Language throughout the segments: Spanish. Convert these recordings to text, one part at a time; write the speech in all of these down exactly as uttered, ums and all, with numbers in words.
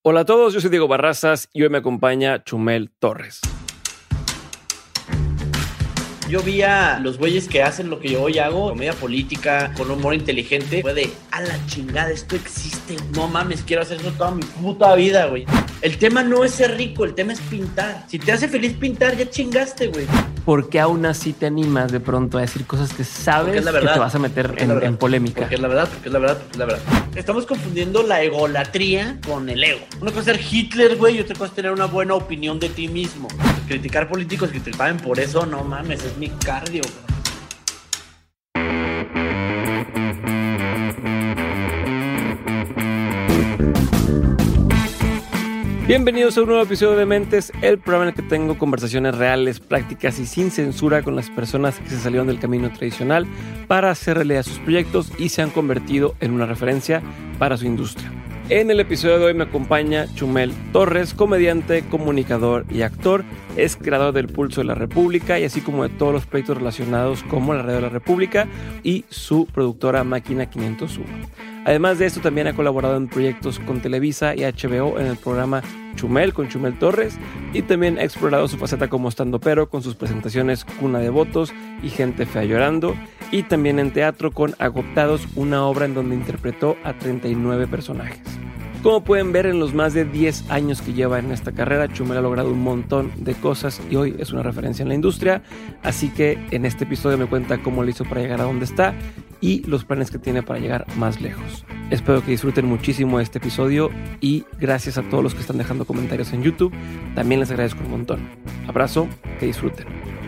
Hola a todos, yo soy Diego Barrazas y hoy me acompaña Chumel Torres. Yo vi a los güeyes que hacen lo que yo hoy hago, comedia política, con humor inteligente. Fue de, a la chingada, esto existe. No mames, quiero hacer eso toda mi puta vida, güey. El tema no es ser rico, el tema es pintar. Si te hace feliz pintar, ya chingaste, güey. ¿Por qué aún así te animas de pronto a decir cosas que sabes que te vas a meter en, en polémica? Porque es la verdad, porque es la verdad, porque es la verdad. Estamos confundiendo la egolatría con el ego. Una cosa es ser Hitler, güey, y otra cosa es tener una buena opinión de ti mismo. Criticar políticos que te paguen por eso, no mames, es mi cardio, güey. Bienvenidos a un nuevo episodio de Mentes, el programa en el que tengo conversaciones reales, prácticas y sin censura con las personas que se salieron del camino tradicional para hacer realidad sus proyectos y se han convertido en una referencia para su industria. En el episodio de hoy me acompaña Chumel Torres, comediante, comunicador y actor. Es creador del Pulso de la República y así como de todos los proyectos relacionados como la Radio de la República y su productora Máquina quinientos uno. Además de esto, también ha colaborado en proyectos con Televisa y H B O en el programa Chumel con Chumel Torres y también ha explorado su faceta como estandopero con sus presentaciones Cuna de Votos y Gente Fea Llorando, y también en teatro con Agotados, una obra en donde interpretó a treinta y nueve personajes. Como pueden ver, en los más de diez años que lleva en esta carrera, Chumel ha logrado un montón de cosas y hoy es una referencia en la industria, así que en este episodio me cuenta cómo lo hizo para llegar a donde está y los planes que tiene para llegar más lejos. Espero que disfruten muchísimo este episodio y gracias a todos los que están dejando comentarios en YouTube, también les agradezco un montón. Abrazo, que disfruten.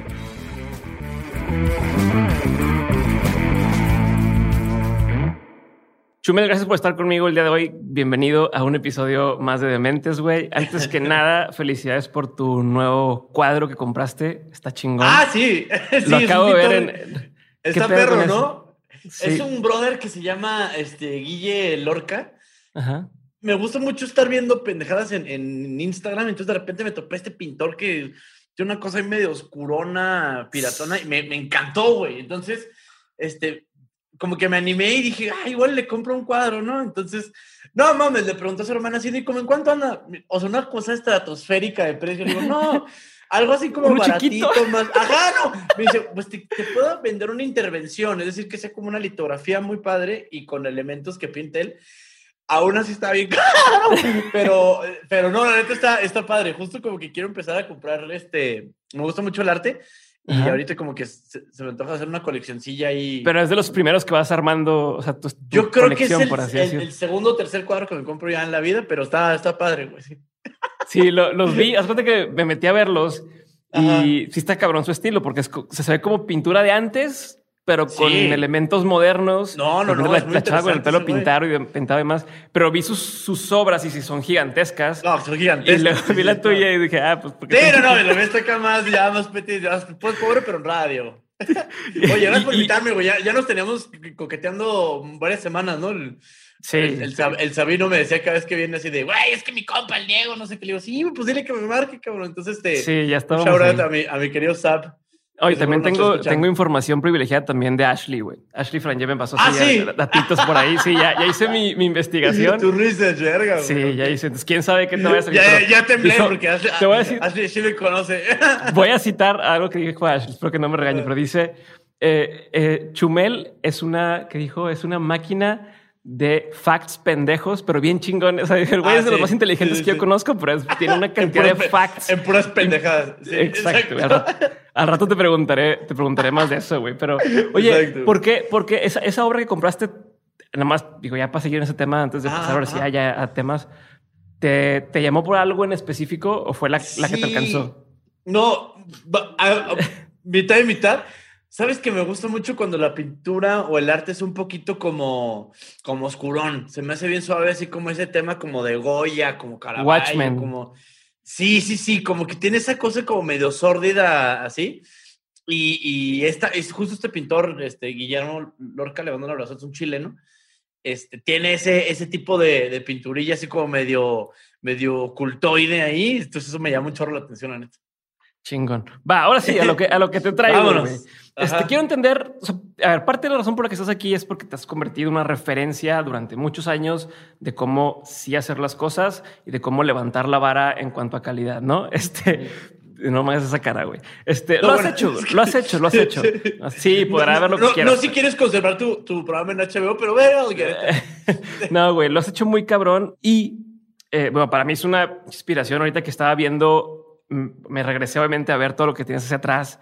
Chumel, gracias por estar conmigo el día de hoy. Bienvenido a un episodio más de Dementes, güey. Antes que nada, felicidades por tu nuevo cuadro que compraste. Está chingón. Ah, sí. sí Lo acabo de ver en... Está perro, ¿no? Sí. Es un brother que se llama este, Guille Lorca. Ajá. Me gusta mucho estar viendo pendejadas en, en Instagram. Entonces, de repente me topé este pintor que tiene una cosa ahí medio oscurona, piratona. Y me, me encantó, güey. Entonces, este... como que me animé y dije, ah, igual le compro un cuadro, ¿no? Entonces, no mames, le preguntó a su hermana así, ¿y como en cuánto anda? O sea, una cosa estratosférica de precio. Le digo, no, algo así como ¿Uno baratito, chiquito? más. Ajá, no. Me dice, pues te, te puedo vender una intervención, es decir, que sea como una litografía muy padre y con elementos que pinta él. Aún así está bien caro, pero, pero no, la neta está, está padre. Justo como que quiero empezar a comprar este, me gusta mucho el arte. Y Ajá. ahorita como que se, se me antoja hacer una coleccioncilla ahí. Pero es de los primeros que vas armando, o sea, tu, tu Yo creo que es el, por así el, el segundo o tercer cuadro que me compro ya en la vida, pero está, está padre, güey. Sí, sí lo, los vi. Haz cuenta que me metí a verlos. Ajá. Y sí está cabrón su estilo, porque es, se ve como pintura de antes, pero con sí. elementos modernos. No, no, no. La, la chava con el pelo pintado y pintado y demás. Pero vi sus, sus obras y sí son gigantescas. No, son gigantescas. Y luego vi la tuya y dije, ah, pues... Sí, no, no, lo ves acá más, ya más petit, pues pobre, pero en radio. Oye, gracias por invitarme, güey. Ya, ya nos teníamos coqueteando varias semanas, ¿no? El, sí. El, el, el Sabino me decía cada vez que viene así de, güey, es que mi compa, el Diego, no sé qué. Le digo, sí, pues dile que me marque, cabrón. Entonces, este... Sí, ya estamos shout out a mi, a mi querido Sab. Oye, también tengo, tengo información privilegiada también de Ashley, güey. Ashley Franje me pasó ¿Ah, así, sí? datitos por ahí. Sí, ya, ya hice mi, mi investigación. Tu research, verga, güey. Sí, ya hice. Entonces, quién sabe qué te voy a salir. Ya, ya temblé dijo, porque Ashley, te voy a decir, Ashley sí me conoce. Voy a citar algo que dijo Ashley, espero que no me regañe, pero dice, eh, eh, Chumel es una, ¿qué dijo? Es una máquina de facts pendejos, pero bien chingón. O sea, el güey ah, es de sí, los más inteligentes sí, que sí. yo conozco, pero es, tiene una cantidad de facts. En puras pendejadas. Sí, exacto. exacto. Al, rato, al rato te preguntaré, te preguntaré más de eso, güey. Pero, oye, exacto. ¿por qué? Porque esa, esa obra que compraste, nada más, digo, ya para seguir en ese tema, antes de pasar ah, ahora sí ah. ya a temas, ¿te, ¿te llamó por algo en específico o fue la, sí. la que te alcanzó? No, a, a, mitad y mitad. ¿Sabes que me gusta mucho cuando la pintura o el arte es un poquito como, como oscurón? Se me hace bien suave, así como ese tema como de Goya, como Caravaggio. Watchmen. Como... Sí, sí, sí, como que tiene esa cosa como medio sórdida, así. Y, y esta, es justo este pintor, este Guillermo Lorca, le mando un abrazo, es un chileno. Este, tiene ese, ese tipo de, de pinturilla así como medio, medio cultoide ahí. Entonces eso me llama un chorro la atención, la neta. Chingón. Va, ahora sí, a lo que, a lo que te traigo. Vámonos. Este, quiero entender, o sea, a ver, parte de la razón por la que estás aquí es porque te has convertido en una referencia durante muchos años de cómo sí hacer las cosas y de cómo levantar la vara en cuanto a calidad, ¿no? Este, no me hagas esa cara, güey. Este, No, lo has bueno, hecho, es que- lo has hecho, lo has hecho. Sí, podrá ver lo no, que quieras. No si quieres conservar tu, tu programa en H B O, pero ve al Querétaro. No, güey, lo has hecho muy cabrón y eh, bueno, para mí es una inspiración ahorita que estaba viendo, mm, me regresé obviamente a ver todo lo que tienes hacia atrás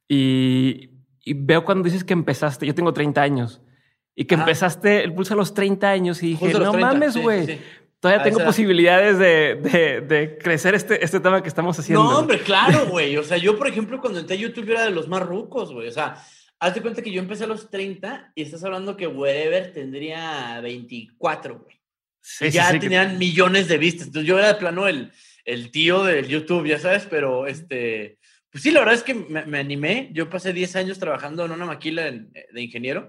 y, y veo cuando dices que empezaste, yo tengo treinta años y que Ajá. empezaste el pulso a los treinta años y dije, Justo a los no treinta, mames, sí, güey, sí, sí. todavía A tengo esa edad. posibilidades de, de, de crecer este, este tema que estamos haciendo. No, hombre, claro, güey. O sea, yo, por ejemplo, cuando entré a YouTube era de los más rucos, güey. O sea, haz de cuenta que yo empecé a los treinta y estás hablando que Wherever tendría veinticuatro, güey. Sí, Y sí, ya sí, que- tenían millones de vistas. Entonces yo era de plano el, el tío del YouTube, ya sabes, pero este... Pues sí, la verdad es que me, me animé. Yo pasé diez años trabajando en una maquila en- de ingeniero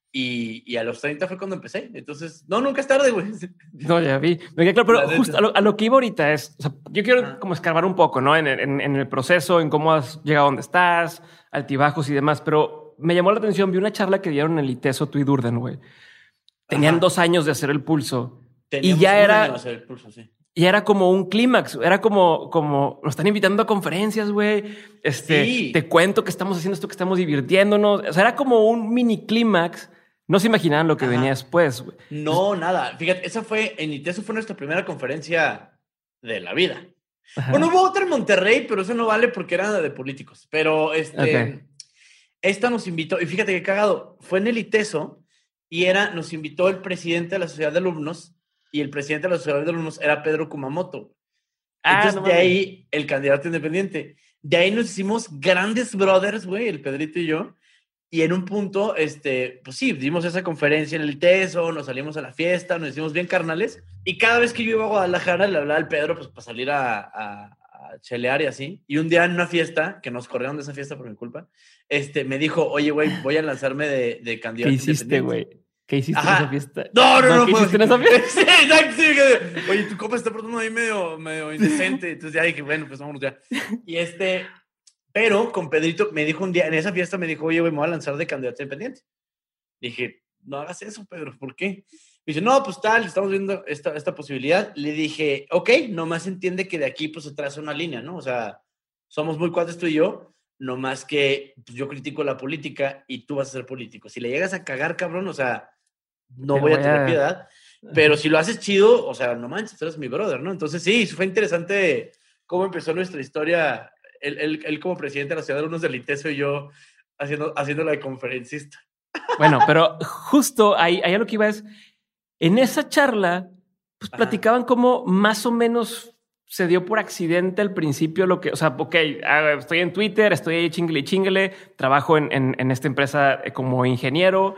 y, y a los treinta fue cuando empecé. Entonces, no, nunca es tarde, güey. No, ya vi. Me queda claro, La pero neta. justo a lo, a lo que iba ahorita es, o sea, yo quiero Ah. como escarbar un poco, ¿no? En, el- en- en el proceso, en cómo has llegado a donde estás, altibajos y demás, pero me llamó la atención, vi una charla que dieron en el ITESO, tú y Durden, güey. Tenían Ajá. dos años de hacer el pulso. Teníamos y ya un era, año de hacer el pulso, sí. y era como un clímax, era como, como nos están invitando a conferencias, güey. Este, Sí. te cuento que estamos haciendo esto, que estamos divirtiéndonos. O sea, era como un mini clímax. No se imaginaban lo que Ajá. venía después, güey. No, nada. Fíjate, esa fue, en ITESO fue nuestra primera conferencia de la vida. Ajá. Bueno, hubo otra en Monterrey, pero eso no vale porque era de políticos. Pero este, Ok. esta nos invitó, y fíjate qué cagado, fue en el ITESO y era, nos invitó el presidente de la sociedad de alumnos y el presidente de la sociedad de alumnos era Pedro Kumamoto. Ah, Entonces, no de mames. ahí, el candidato independiente. De ahí nos hicimos grandes brothers, güey, el Pedrito y yo. Y en un punto, este, pues sí, dimos esa conferencia en el ITESO, nos salimos a la fiesta, nos hicimos bien carnales. Y cada vez que yo iba a Guadalajara, le hablaba al Pedro, pues para salir a, a, a chelear y así. Y un día en una fiesta, que nos corrieron de esa fiesta por mi culpa, este, me dijo, oye, güey, voy a lanzarme de, de candidato ¿Qué hiciste, independiente. güey? ¿Qué hiciste Ajá. en esa fiesta? No, no, no. ¿Qué pues, hiciste en esa fiesta? Sí, exacto. Sí, que, oye, tu copa está portando ahí medio, medio indecente. Entonces ya dije, bueno, pues vámonos ya. Y este, pero con Pedrito me dijo un día, en esa fiesta me dijo, oye, güey, me voy a lanzar de candidato independiente. Dije, no hagas eso, Pedro, ¿por qué? Me dice, no, pues tal, estamos viendo esta, esta posibilidad. Le dije, ok, nomás entiende que de aquí pues se traza una línea, ¿no? O sea, somos muy cuates tú y yo, nomás que pues, yo critico la política y tú vas a ser político. Si le llegas a cagar, cabrón, o sea, no Te voy a voy tener a- piedad. Pero si lo haces chido, o sea, no manches, tú eres mi brother, ¿no? Entonces sí, fue interesante cómo empezó nuestra historia. Él, él, él como presidente de la ciudad de alumnos del ITESO y yo haciendo, haciéndola de conferencista. Bueno, pero justo ahí, ahí a lo que iba es, en esa charla, pues Ajá. platicaban cómo más o menos se dio por accidente al principio lo que, o sea, ok, ah, estoy en Twitter, estoy ahí chingle y chingle, trabajo en, en, en esta empresa eh, como ingeniero,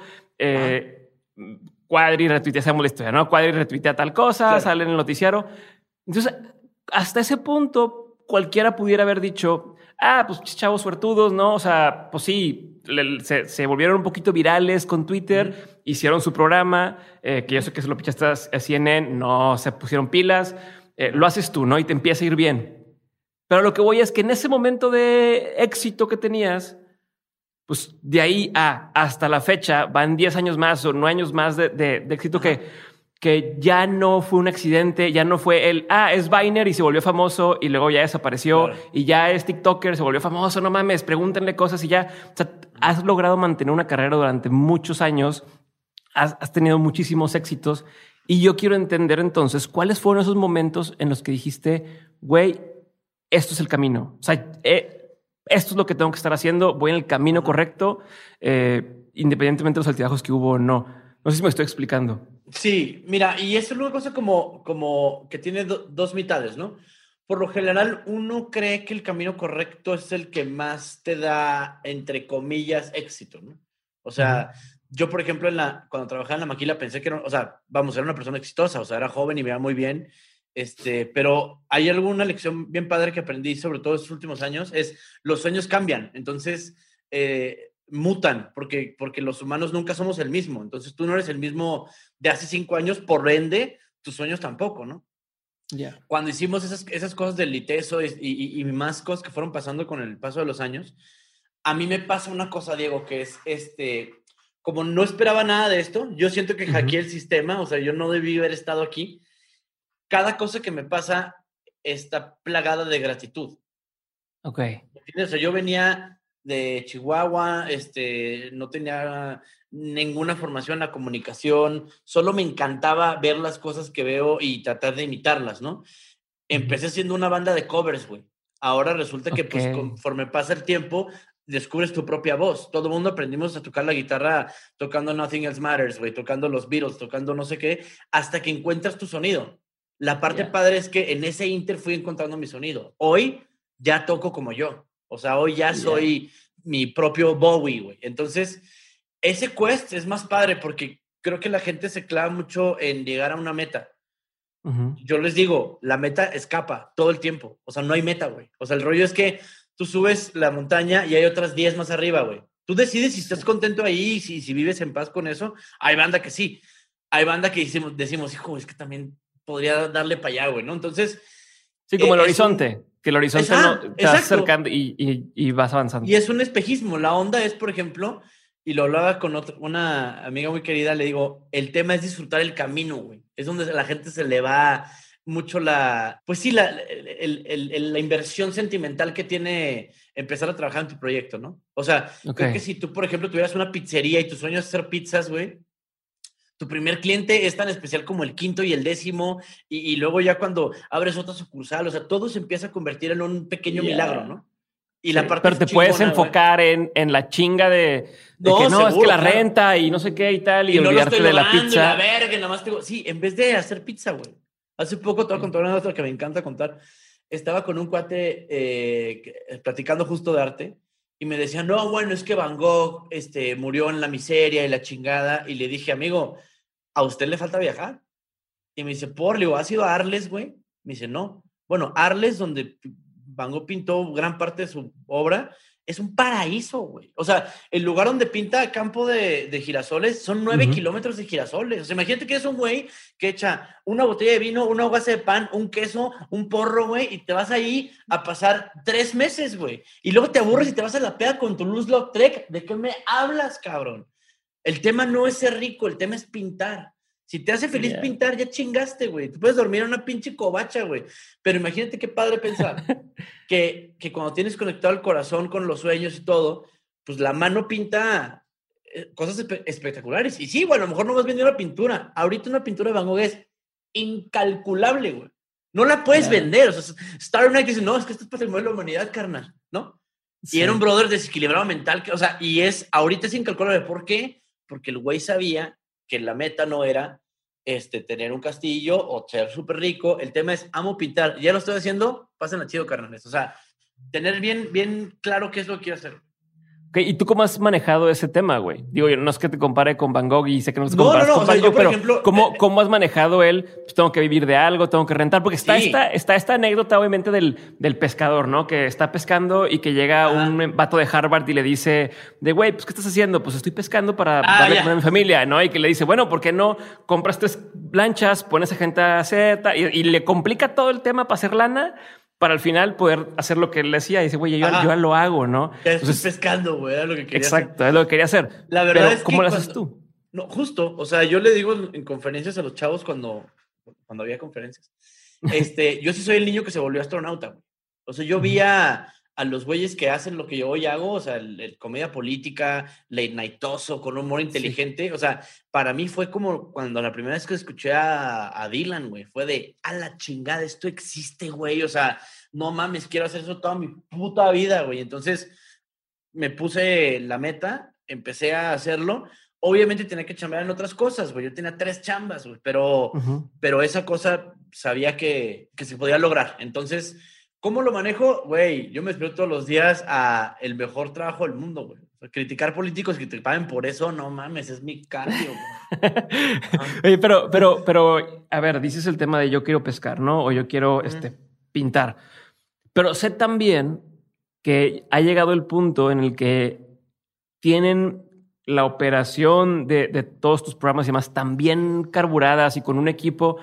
eh, Cuadri retuitea, sabemos la historia, ¿no? Cuadri retuitea tal cosa, Claro. sale en el noticiero. Entonces, hasta ese punto, cualquiera pudiera haber dicho, ah, pues chavos suertudos, ¿no? O sea, pues sí, le- se, se volvieron un poquito virales con Twitter, Ujú. hicieron su programa, eh, que yo sé que se lo pichaste a C N N, no se pusieron pilas, eh, lo haces tú, ¿no? Y te empieza a ir bien. Pero lo que voy es que en ese momento de éxito que tenías, pues de ahí a hasta la fecha van diez años más o nueve años más de, de, de éxito Ajá. que, que ya no fue un accidente, ya no fue el, ah, es Viner y se volvió famoso y luego ya desapareció, Claro. y ya es TikToker, se volvió famoso, no mames, pregúntenle cosas y ya. O sea, has logrado mantener una carrera durante muchos años, has, has tenido muchísimos éxitos y yo quiero entender entonces cuáles fueron esos momentos en los que dijiste, güey, esto es el camino. O sea, eh, esto es lo que tengo que estar haciendo, voy en el camino Ajá. correcto, eh, independientemente de los altibajos que hubo o no. No sé si me estoy explicando. Sí, mira, y eso es una cosa como, como que tiene do- dos mitades, ¿no? Por lo general, uno cree que el camino correcto es el que más te da, entre comillas, éxito, ¿no? O sea, yo, por ejemplo, en la, cuando trabajaba en la maquila pensé que era, o sea, vamos, era una persona exitosa, o sea, era joven y me iba muy bien, este, pero hay alguna lección bien padre que aprendí, sobre todo estos últimos años, es los sueños cambian, entonces eh, mutan, porque, porque los humanos nunca somos el mismo, entonces tú no eres el mismo de hace cinco años, por ende, tus sueños tampoco, ¿no? Yeah. Cuando hicimos esas, esas cosas del Liteso y, y, y más cosas que fueron pasando con el paso de los años, a mí me pasa una cosa, Diego, que es, este, como no esperaba nada de esto, yo siento que hackeé uh-huh. el sistema, o sea, yo no debí haber estado aquí. Cada cosa que me pasa está plagada de gratitud. Ok. ¿Entiendes? O sea, yo venía de Chihuahua, este, no tenía ninguna formación en la comunicación, solo me encantaba ver las cosas que veo y tratar de imitarlas, ¿no? Empecé siendo una banda de covers, güey. Ahora resulta que, okay. pues, conforme pasa el tiempo, descubres tu propia voz. Todo el mundo aprendimos a tocar la guitarra tocando Nothing Else Matters, güey, tocando los Beatles, tocando no sé qué, hasta que encuentras tu sonido. La parte yeah. padre es que en ese inter fui encontrando mi sonido. Hoy ya toco como yo. O sea, hoy ya soy yeah. mi propio Bowie, güey. Entonces, ese quest es más padre porque creo que la gente se clava mucho en llegar a una meta. Uh-huh. Yo les digo, la meta escapa todo el tiempo. O sea, no hay meta, güey. O sea, el rollo es que tú subes la montaña y hay otras diez más arriba, güey. Tú decides si estás contento ahí, si, si vives en paz con eso. Hay banda que sí. Hay banda que decimos, decimos hijo, es que también podría darle para allá, güey, ¿no? Entonces... Sí, como eh, el horizonte. Un... Que el horizonte Esa, no, te vas acercando y, y, y vas avanzando. Y es un espejismo. La onda es, por ejemplo, y lo hablaba con otra, una amiga muy querida, le digo, el tema es disfrutar el camino, güey. Es donde a la gente se le va mucho la... Pues sí, la, el, el, el, la inversión sentimental que tiene empezar a trabajar en tu proyecto, ¿no? O sea, okay. creo que si tú, por ejemplo, tuvieras una pizzería y tu sueño es hacer pizzas, güey, tu primer cliente es tan especial como el quinto y el décimo, y, y luego ya cuando abres otra sucursal, o sea, todo se empieza a convertir en un pequeño yeah. milagro, ¿no? Y sí, la parte pero te chingona, puedes enfocar en, en la chinga de, de no, que no, seguro, es que la claro. renta y no sé qué y tal, y, y olvidarte no de la pizza. La verga, nada más tengo... Sí, en vez de hacer pizza, güey. Hace poco te voy a contar una otra que me encanta contar. Estaba con un cuate eh, platicando justo de arte y me decía, no, bueno, es que Van Gogh este, murió en la miseria y la chingada. Y le dije, amigo, ¿a usted le falta viajar? Y me dice, por, le digo, ¿has ido a Arles, güey? Me dice, no. Bueno, Arles, donde Van Gogh pintó gran parte de su obra, es un paraíso, güey. O sea, el lugar donde pinta campo de, de girasoles son nueve uh-huh. kilómetros de girasoles. O sea, imagínate que es un güey que echa una botella de vino, una hogaza de pan, un queso, un porro, güey, y te vas ahí a pasar tres meses, güey. Y luego te aburres y te vas a la peda con tu Luz-Lautrec. ¿De qué me hablas, cabrón? El tema no es ser rico, el tema es pintar. Si te hace feliz yeah. pintar, ya chingaste, güey. Tú puedes dormir en una pinche covacha, güey. Pero imagínate qué padre pensar que, que cuando tienes conectado el corazón con los sueños y todo, pues la mano pinta cosas espe- espectaculares. Y sí, bueno, a lo mejor no vas viendo una pintura. Ahorita una pintura de Van Gogh es incalculable, güey. No la puedes yeah. vender. O sea, Star Night dice, no, es que esto es patrimonio de la humanidad, carnal, ¿no? Sí. Y era un brother desequilibrado mental. Que, o sea, y es, ahorita es incalculable. ¿Por qué? Porque el güey sabía que la meta no era este, tener un castillo o ser súper rico. El tema es, amo pintar. Ya lo estoy haciendo, pásenla chido, carnales. O sea, tener bien, bien claro qué es lo que quiero hacer. Okay, ¿y tú cómo has manejado ese tema, güey? Digo, yo no es que te compare con Van Gogh y sé que no te no, comparas no, no, con o sea, Van Gogh, yo, por pero ejemplo, ¿cómo, eh, ¿cómo has manejado él? Pues tengo que vivir de algo, tengo que rentar, porque está, sí. esta, está esta anécdota, obviamente, del, del pescador, ¿no? Que está pescando y que llega ah. un vato de Harvard y le dice, de güey, pues, ¿qué estás haciendo? Pues estoy pescando para ah, darle ya. comer a mi familia, ¿no? Y que le dice, bueno, ¿por qué no compras tres lanchas, pones a gente a hacer, y, y le complica todo el tema para hacer lana, para al final poder hacer lo que él decía. Y dice, güey, yo, yo ya lo hago, ¿no? Ya estoy Entonces, pescando, güey, era lo que quería exacto, hacer. es lo que quería hacer. La verdad Pero, es ¿cómo que lo cuando, haces tú? No, justo, o sea, yo le digo en, en conferencias a los chavos cuando, cuando había conferencias, este, yo sí soy el niño que se volvió astronauta, güey. O sea, yo vi a, a los güeyes que hacen lo que yo hoy hago, o sea, el, el comedia política, late nightoso, con humor inteligente, sí. O sea, para mí fue como cuando la primera vez que escuché a, a Dylan, güey, fue de, a la chingada, esto existe, güey, o sea, no mames, quiero hacer eso toda mi puta vida, güey. Entonces, me puse la meta, empecé a hacerlo. Obviamente tenía que chambear en otras cosas, güey. Yo tenía tres chambas, güey, pero, uh-huh. pero esa cosa sabía que, que se podía lograr. Entonces, ¿cómo lo manejo? Güey, yo me espero todos los días a el mejor trabajo del mundo, güey. O sea, criticar políticos que te paguen por eso, no mames, es mi cardio, güey. Oye, pero, pero, pero, a ver, dices el tema de yo quiero pescar, ¿no? O yo quiero uh-huh. este, pintar. Pero sé también que ha llegado el punto en el que tienen la operación de, de todos tus programas y demás tan bien carburadas y con un equipo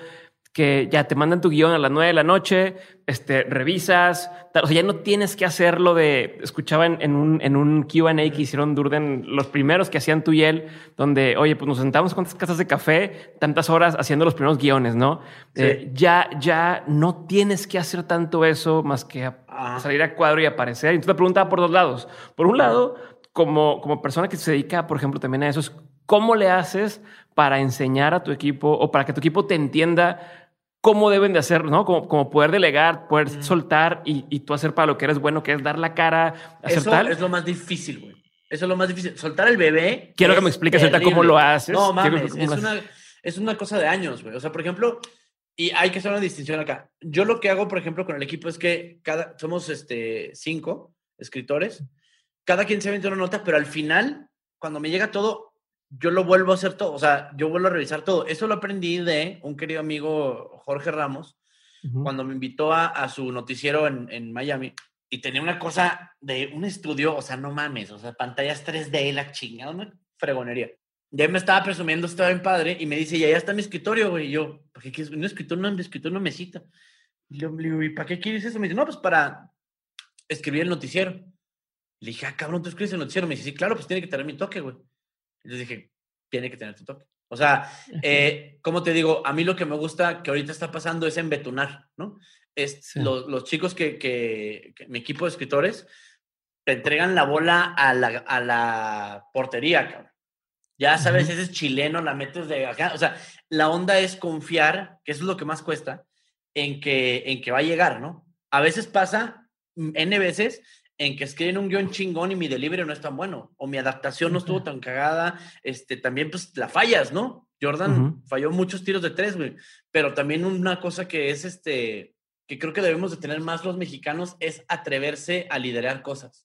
que ya te mandan tu guión a las nueve de la noche, este, revisas, tal, o sea, ya no tienes que hacerlo de, escuchaba en, en un, en un Q and A que hicieron Durden, los primeros que hacían tú y él, donde, oye, pues nos sentamos con tantas casas de café, tantas horas haciendo los primeros guiones, ¿no? Sí. Eh, ya, ya no tienes que hacer tanto eso más que a, ah. salir a cuadro y aparecer. Entonces te preguntaba por dos lados. Por un lado, como, como persona que se dedica, por ejemplo, también a eso, es ¿cómo le haces para enseñar a tu equipo o para que tu equipo te entienda cómo deben de hacer, ¿no? Como, como poder delegar, poder mm. soltar y, y tú hacer para lo que eres bueno, que es dar la cara, hacer Eso tal. Es lo más difícil, güey. Eso es lo más difícil. Soltar el bebé. Quiero que me expliques ahorita cómo lo haces. No, mames. Es una, es una cosa de años, güey. O sea, por ejemplo, y hay que hacer una distinción acá. Yo lo que hago, por ejemplo, con el equipo es que cada, somos este, cinco escritores. Cada quien se avienta una nota, pero al final, cuando me llega todo, yo lo vuelvo a hacer todo, o sea, yo vuelvo a revisar todo. Eso lo aprendí de un querido amigo, Jorge Ramos, uh-huh. cuando me invitó a, a su noticiero en, en Miami y tenía una cosa de un estudio, o sea, no mames, o sea, pantallas tres D, la chingada, una fregonería. Y ahí me estaba presumiendo, estaba bien padre, y me dice, ya, ya está mi escritorio, güey. Y yo, ¿para qué quieres un escritorio, una, escritorio, una mesita? Y le digo, ¿y para qué quieres eso? Me dice, no, pues para escribir el noticiero. Le dije, ah, cabrón, ¿tú escribes el noticiero? Me dice, sí, claro, pues tiene que tener mi toque, güey. Entonces dije, tiene que tener tu toque. O sea, eh, como te digo, a mí lo que me gusta que ahorita está pasando es embetonar, ¿no? Es sí. los, los chicos que, que, que, mi equipo de escritores, te entregan la bola a la, a la portería, cabrón. Ya sabes, uh-huh. ese es chileno, la metes de acá. O sea, la onda es confiar, que eso es lo que más cuesta, en que, en que va a llegar, ¿no? A veces pasa, N veces, en que escriben un guión chingón y mi delivery no es tan bueno, o mi adaptación no estuvo tan cagada, este, también pues la fallas, ¿no? Jordan uh-huh. falló muchos tiros de tres, güey, pero también una cosa que es, este, que creo que debemos de tener más los mexicanos es atreverse a liderar cosas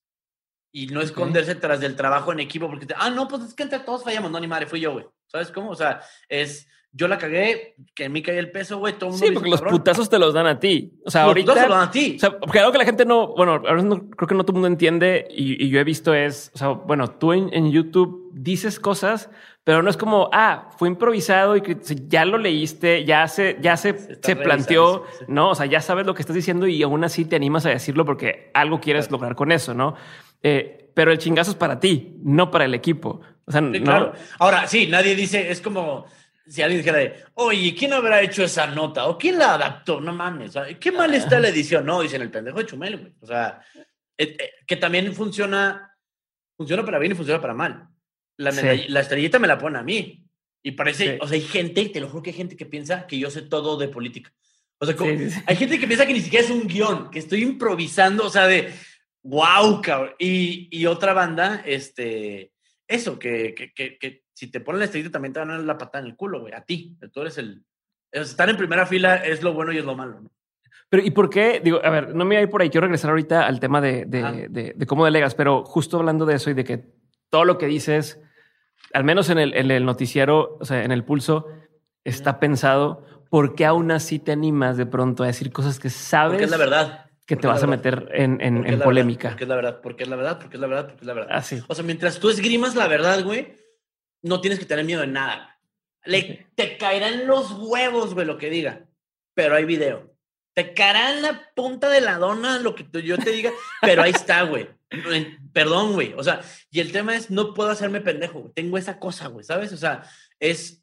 y no okay. esconderse tras del trabajo en equipo, porque, te, ah, no, pues es que entre todos fallamos, no, ni madre, fui yo, güey, ¿sabes cómo? O sea, es... Yo la cagué, que en mí caía el peso, güey. Todo el mundo sí, porque los cabrón. putazos te los dan a ti. O sea, los ahorita... Los putazos los dan a ti. O sea, porque algo que la gente no... Bueno, a veces no, creo que no todo el mundo entiende y, y yo he visto es... O sea, bueno, tú en, en YouTube dices cosas, pero no es como, ah, fue improvisado y que ya lo leíste, ya se, ya se, se, se planteó, sí. ¿no? O sea, ya sabes lo que estás diciendo y aún así te animas a decirlo porque algo quieres claro. lograr con eso, ¿no? Eh, pero el chingazo es para ti, no para el equipo. O sea, sí, ¿no? Claro. Ahora, sí, nadie dice... Es como... Si alguien dijera de, oye, ¿quién habrá hecho esa nota? ¿O quién la adaptó? No mames, ¿sabes? ¿Qué mal está la edición? No, dicen el pendejo de Chumel, güey. O sea, eh, eh, que también funciona, funciona para bien y funciona para mal. La, sí. medall- la estrellita me la pone a mí. Y parece, sí. o sea, hay gente, te lo juro que hay gente que piensa que yo sé todo de política. O sea, como, sí, sí, sí. hay gente que piensa que ni siquiera es un guión, que estoy improvisando, o sea, de, wow, cabrón. Y, y otra banda, este, eso, que, que, que, que si te ponen la estrellita también te van a dar la patada en el culo, güey, a ti. Tú eres el... Estar en primera fila es lo bueno y es lo malo, ¿no? Pero ¿y por qué? Digo, a ver, no me voy a ir por ahí. Quiero regresar ahorita al tema de, de, de, de cómo delegas, pero justo hablando de eso y de que todo lo que dices, al menos en el, en el noticiero, o sea, en el Pulso, está uh-huh. pensado. ¿Por qué aún así te animas de pronto a decir cosas que sabes? Porque es la verdad. Que te vas a meter en, en, en polémica. Porque es la verdad, porque es la verdad, porque es la verdad, porque es la verdad. Ah, sí. O sea, mientras tú esgrimas la verdad, güey, no tienes que tener miedo de nada. Le, okay. Te caerán los huevos, güey, lo que diga. Pero hay video. Te caerá en la punta de la dona lo que tú, yo te diga, pero ahí está, güey. Perdón, güey. O sea, y el tema es, no puedo hacerme pendejo, güey. Tengo esa cosa, güey, ¿sabes? O sea, es...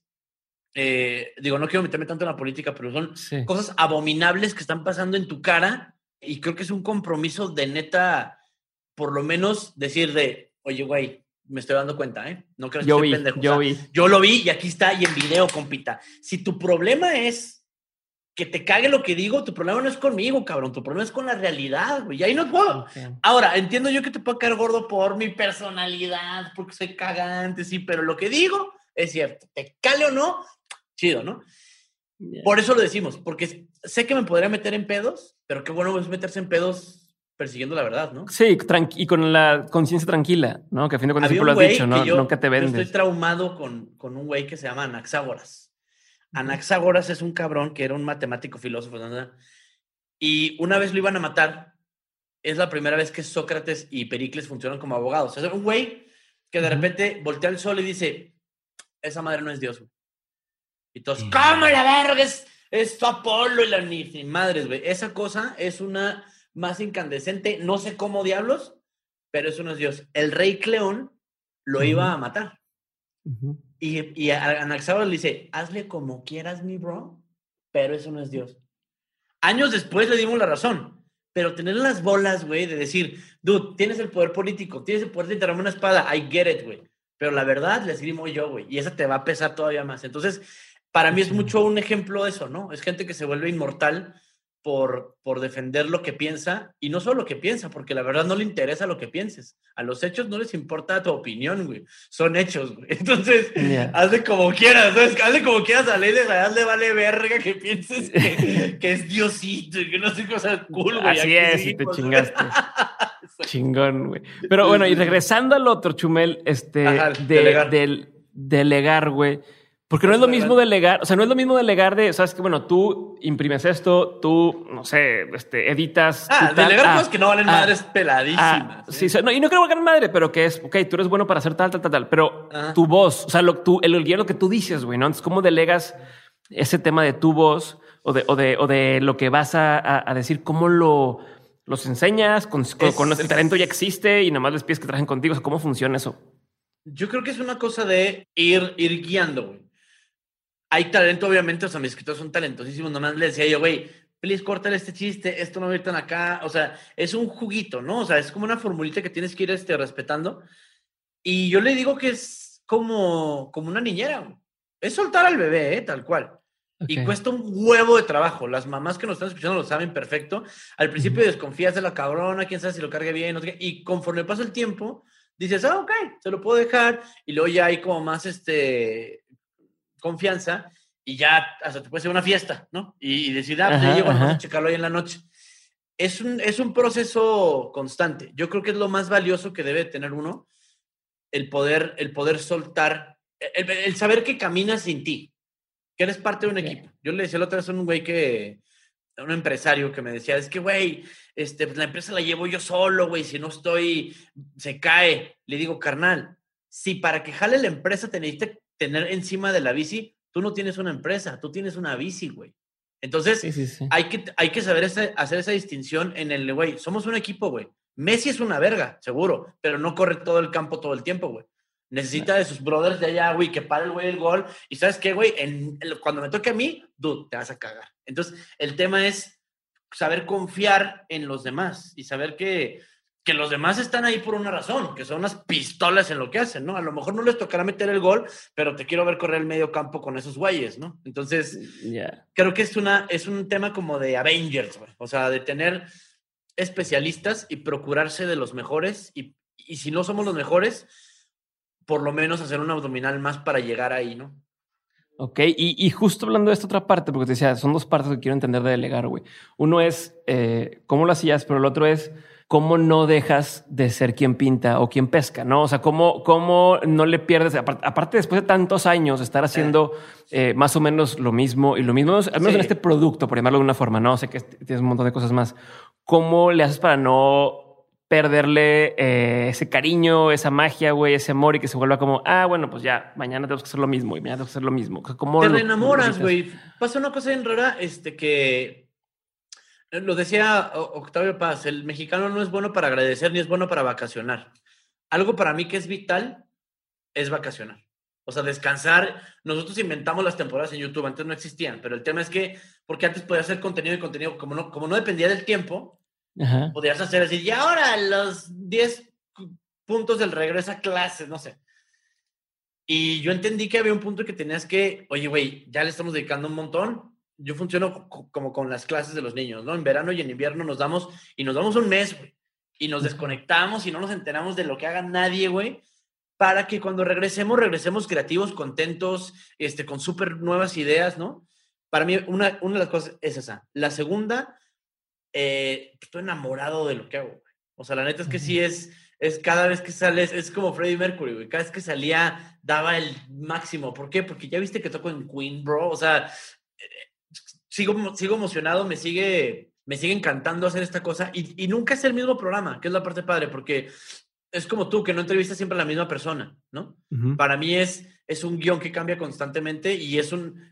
Eh, digo, no quiero meterme tanto en la política, pero son sí. cosas abominables que están pasando en tu cara y creo que es un compromiso de neta, por lo menos decir de, oye, güey, me estoy dando cuenta, ¿eh? No creas que yo soy vi, pendejo. Yo o sea, vi. Yo lo vi y aquí está y en video, compita. Si tu problema es que te cague lo que digo, tu problema no es conmigo, cabrón. Tu problema es con la realidad, güey. Y ahí no puedo. Okay. Ahora, entiendo yo que te puedo caer gordo por mi personalidad, porque soy cagante, sí, pero lo que digo es cierto. Te cale o no, chido, ¿no? Yeah. Por eso lo decimos, porque sé que me podría meter en pedos, pero qué bueno es meterse en pedos persiguiendo la verdad, ¿no? Sí, tranqu- y con la conciencia tranquila, ¿no? Que a fin de cuentas siempre lo has dicho, ¿no? Yo, Nunca te vendes. Yo estoy traumado con, con un güey que se llama Anaxágoras. Uh-huh. Anaxágoras es un cabrón que era un matemático filósofo, ¿no? Y una vez lo iban a matar. Es la primera vez que Sócrates y Pericles funcionan como abogados. O sea, un güey que de uh-huh. repente voltea al sol y dice, esa madre no es Dios, güey. Y todos, ¿cómo la verga? Es, es Apolo y la ni, ni madres, güey. Esa cosa es una más incandescente, no sé cómo diablos, pero eso no es Dios. El rey Cleón lo uh-huh. iba a matar. Uh-huh. Y, y a Anaxágoras le dice, hazle como quieras, mi bro, pero eso no es Dios. Años después le dimos la razón, pero tener las bolas, güey, de decir, dude, tienes el poder político, tienes el poder de enterrarme una espada, I get it, güey. Pero la verdad, le esgrimo yo, güey, y esa te va a pesar todavía más. Entonces, para mí es mucho un ejemplo de eso, ¿no? Es gente que se vuelve inmortal por, por defender lo que piensa, y no solo lo que piensa, porque la verdad no le interesa lo que pienses. A los hechos no les importa tu opinión, güey. Son hechos, güey. Entonces, yeah. hazle como quieras, ¿sabes? Hazle como quieras, a ley de verdad le vale verga que pienses que, que es Diosito y que no sé cosas cool, güey. Así es, y te chingaste. Chingón, güey. Pero bueno, y regresando al otro, Chumel, este, Ajá, de, delegar. del delegar, güey. Porque no es lo mismo delegar, o sea, no es lo mismo delegar de, sabes que, bueno, tú imprimes esto, tú, no sé, este, editas. Ah, tal, delegar ah, cosas que no valen ah, madres peladísimas. Ah, ¿eh? Sí, no, y no creo que valgan madre, pero que es, ok, tú eres bueno para hacer tal, tal, tal, tal, pero Ajá. tu voz, o sea, lo, tú, el, el guión, lo que tú dices, güey, ¿no? Entonces, ¿cómo delegas ese tema de tu voz o de, o de, o de lo que vas a, a, a decir? ¿Cómo lo, los enseñas? Con, es... con, con el talento ya existe y nada más les pides que trabajen contigo. O sea, ¿cómo funciona eso? Yo creo que es una cosa de ir, ir guiando, güey. Hay talento, obviamente, o sea, mis escritores son talentosísimos. Nomás les decía yo, güey, please, córtale este chiste, esto no va a ir tan acá. O sea, es un juguito, ¿no? O sea, es como una formulita que tienes que ir este, respetando. Y yo le digo que es como, como una niñera, güey. Es soltar al bebé, ¿eh? Tal cual. Okay. Y cuesta un huevo de trabajo. Las mamás que nos están escuchando lo saben perfecto. Al principio uh-huh. desconfías de la cabrona, quién sabe si lo cargue bien, no sé qué. Y conforme pasa el tiempo, dices, ah, ok, se lo puedo dejar. Y luego ya hay como más, este... confianza y ya hasta te puede ser una fiesta, ¿no? Y, y decir, ah, pues ya llego, vamos a checarlo ahí en la noche. Es un, es un proceso constante. Yo creo que es lo más valioso que debe tener uno, el poder, el poder soltar, el, el saber que caminas sin ti, que eres parte de un okay. equipo. Yo le decía la otra vez a un güey que, un empresario que me decía, es que, güey, este, pues la empresa la llevo yo solo, güey, si no estoy, se cae. Le digo, carnal, si para que jale la empresa te necesitas tener encima de la bici, tú no tienes una empresa, tú tienes una bici, güey. Entonces, sí, sí, sí. Hay, que, hay que saber esa, hacer esa distinción en el, güey, somos un equipo, güey. Messi es una verga, seguro, pero no corre todo el campo todo el tiempo, güey. Necesita no. de sus brothers de allá, güey, que pare el güey el gol. Y ¿sabes qué, güey? En, en, cuando me toque a mí, dude, te vas a cagar. Entonces, el tema es saber confiar en los demás y saber que que los demás están ahí por una razón, que son unas pistolas en lo que hacen, ¿no? A lo mejor no les tocará meter el gol, pero te quiero ver correr el medio campo con esos güeyes, ¿no? Entonces, yeah. creo que es, una, es un tema como de Avengers, güey. O sea, de tener especialistas y procurarse de los mejores, y, y si no somos los mejores, por lo menos hacer un abdominal más para llegar ahí, ¿no? Ok, y, y justo hablando de esta otra parte, porque te decía, son dos partes que quiero entender de delegar, güey. Uno es eh, cómo lo hacías, pero el otro es cómo no dejas de ser quien pinta o quien pesca, ¿no? O sea, cómo, cómo no le pierdes, aparte, aparte después de tantos años estar haciendo eh, más o menos lo mismo y lo mismo, al menos sí. en este producto, por llamarlo de una forma, ¿no? Sé que tienes un montón de cosas más. ¿Cómo le haces para no perderle eh, ese cariño, esa magia, güey, ese amor y que se vuelva como, ah, bueno, pues ya, mañana tenemos que hacer lo mismo y mañana tenemos que hacer lo mismo? O sea, ¿cómo te lo, reenamoras, güey. Pasa una cosa bien rara, este, que lo decía Octavio Paz, el mexicano no es bueno para agradecer ni es bueno para vacacionar. Algo para mí que es vital es vacacionar. O sea, descansar. Nosotros inventamos las temporadas en YouTube, antes no existían, pero el tema es que, porque antes podías hacer contenido y contenido, como no, como no dependía del tiempo, Ajá. podías hacer así, y ahora los diez puntos del regreso a clases, no sé. Y yo entendí que había un punto que tenías que, oye, güey, ya le estamos dedicando un montón. Yo funciono como con las clases de los niños, ¿no? En verano y en invierno nos damos, y nos damos un mes, güey, y nos desconectamos y no nos enteramos de lo que haga nadie, güey, para que cuando regresemos, regresemos creativos, contentos, este, con súper nuevas ideas, ¿no? Para mí, una, una de las cosas es esa. La segunda, eh, estoy enamorado de lo que hago, güey. O sea, la neta es que sí es, es cada vez que sales, es como Freddie Mercury, güey. Cada vez que salía, daba el máximo. ¿Por qué? Porque ya viste que toco en Queen, bro. O sea, Sigo, sigo emocionado, me sigue, me sigue encantando hacer esta cosa y, y nunca es el mismo programa, que es la parte padre, porque es como tú, que no entrevistas siempre a la misma persona, ¿no? Uh-huh. Para mí es, es un guión que cambia constantemente y es un...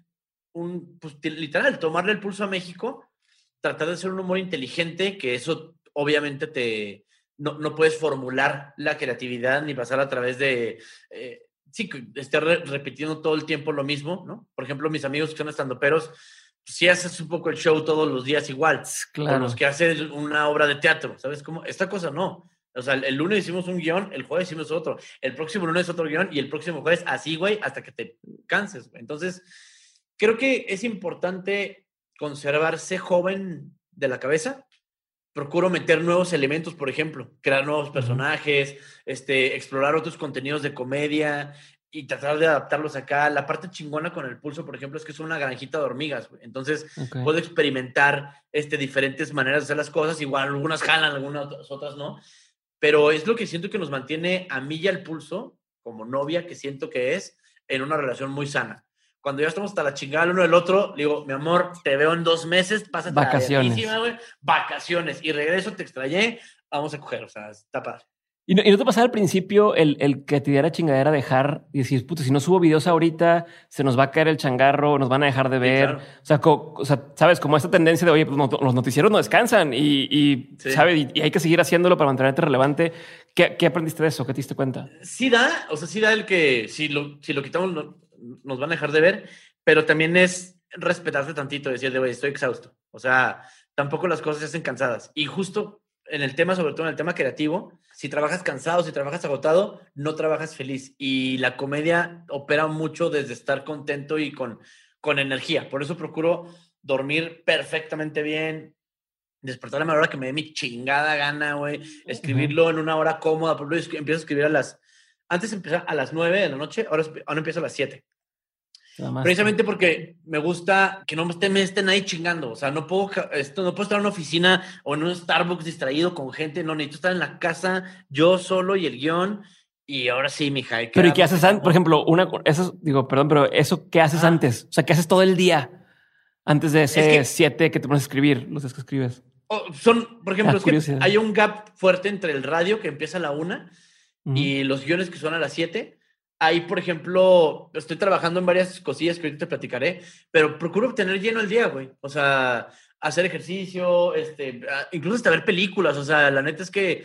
un pues, literal, tomarle el pulso a México, tratar de hacer un humor inteligente, que eso obviamente te... No, no puedes formular la creatividad ni pasar a través de... Eh, sí, estar re repitiendo todo el tiempo lo mismo, ¿no? Por ejemplo, mis amigos que son estandoperos, si haces un poco el show todos los días igual, claro. o los que hacen una obra de teatro, ¿sabes cómo? Esta cosa no. O sea, el lunes hicimos un guión, el jueves hicimos otro, el próximo lunes otro guión y el próximo jueves así, güey, hasta que te canses, güey. Entonces, creo que es importante conservarse joven de la cabeza. Procuro meter nuevos elementos, por ejemplo, crear nuevos personajes, uh-huh. este, explorar otros contenidos de comedia y tratar de adaptarlos acá. La parte chingona con el pulso, por ejemplo, es que es una granjita de hormigas, güey. Entonces, okay. puedo experimentar este, diferentes maneras de hacer las cosas. Igual, algunas jalan, algunas otras no. Pero es lo que siento que nos mantiene a mí y al pulso, como novia, que siento que es, en una relación muy sana. Cuando ya estamos hasta la chingada el uno del otro, le digo, mi amor, te veo en dos meses, pásate vacaciones. La güey, vacaciones. Y regreso, te extrañé, vamos a coger, o sea, está padre. ¿Y no, y no te pasaba al principio el, el que te diera chingadera dejar y decir, puta, si no subo videos ahorita, se nos va a caer el changarro, nos van a dejar de ver? Sí, claro. o, sea, co, o sea, sabes, como esta tendencia de, oye, pues no, los noticieros no descansan y, y sí. ¿sabes? Y, y hay que seguir haciéndolo para mantenerte relevante. ¿Qué, ¿Qué aprendiste de eso? ¿Qué te diste cuenta? Sí da, o sea, sí da el que si lo, si lo quitamos no, nos van a dejar de ver, pero también es respetarte tantito, decir, de, oye, estoy exhausto. O sea, tampoco las cosas se hacen cansadas. Y justo en el tema, sobre todo en el tema creativo, si trabajas cansado, si trabajas agotado, no trabajas feliz. Y la comedia opera mucho desde estar contento y con, con energía. Por eso procuro dormir perfectamente bien, despertarme a la hora que me dé mi chingada gana, güey, escribirlo uh-huh. en una hora cómoda. Por ejemplo, empiezo a escribir a las... Antes empezaba a las nueve de la noche, ahora, ahora empiezo a las siete. Precisamente porque me gusta que no me estén, me estén ahí chingando. O sea, no puedo, esto, no puedo estar en una oficina o en un Starbucks distraído con gente. No, necesito estar en la casa yo solo y el guión. Y ahora sí, mija. Pero ¿y qué haces antes? Por ejemplo, una, eso, digo, perdón, pero eso, ¿qué haces ah. antes? O sea, ¿qué haces todo el día antes de ese es que, siete que te pones a escribir? Los días que escribes. Oh, son, por ejemplo, ah, es que hay un gap fuerte entre el radio que empieza a la una uh-huh. y los guiones que son a las siete. Ahí, por ejemplo, estoy trabajando en varias cosillas que ahorita te platicaré, pero procuro tener lleno el día, güey. O sea, hacer ejercicio, este, incluso hasta ver películas. O sea, la neta es que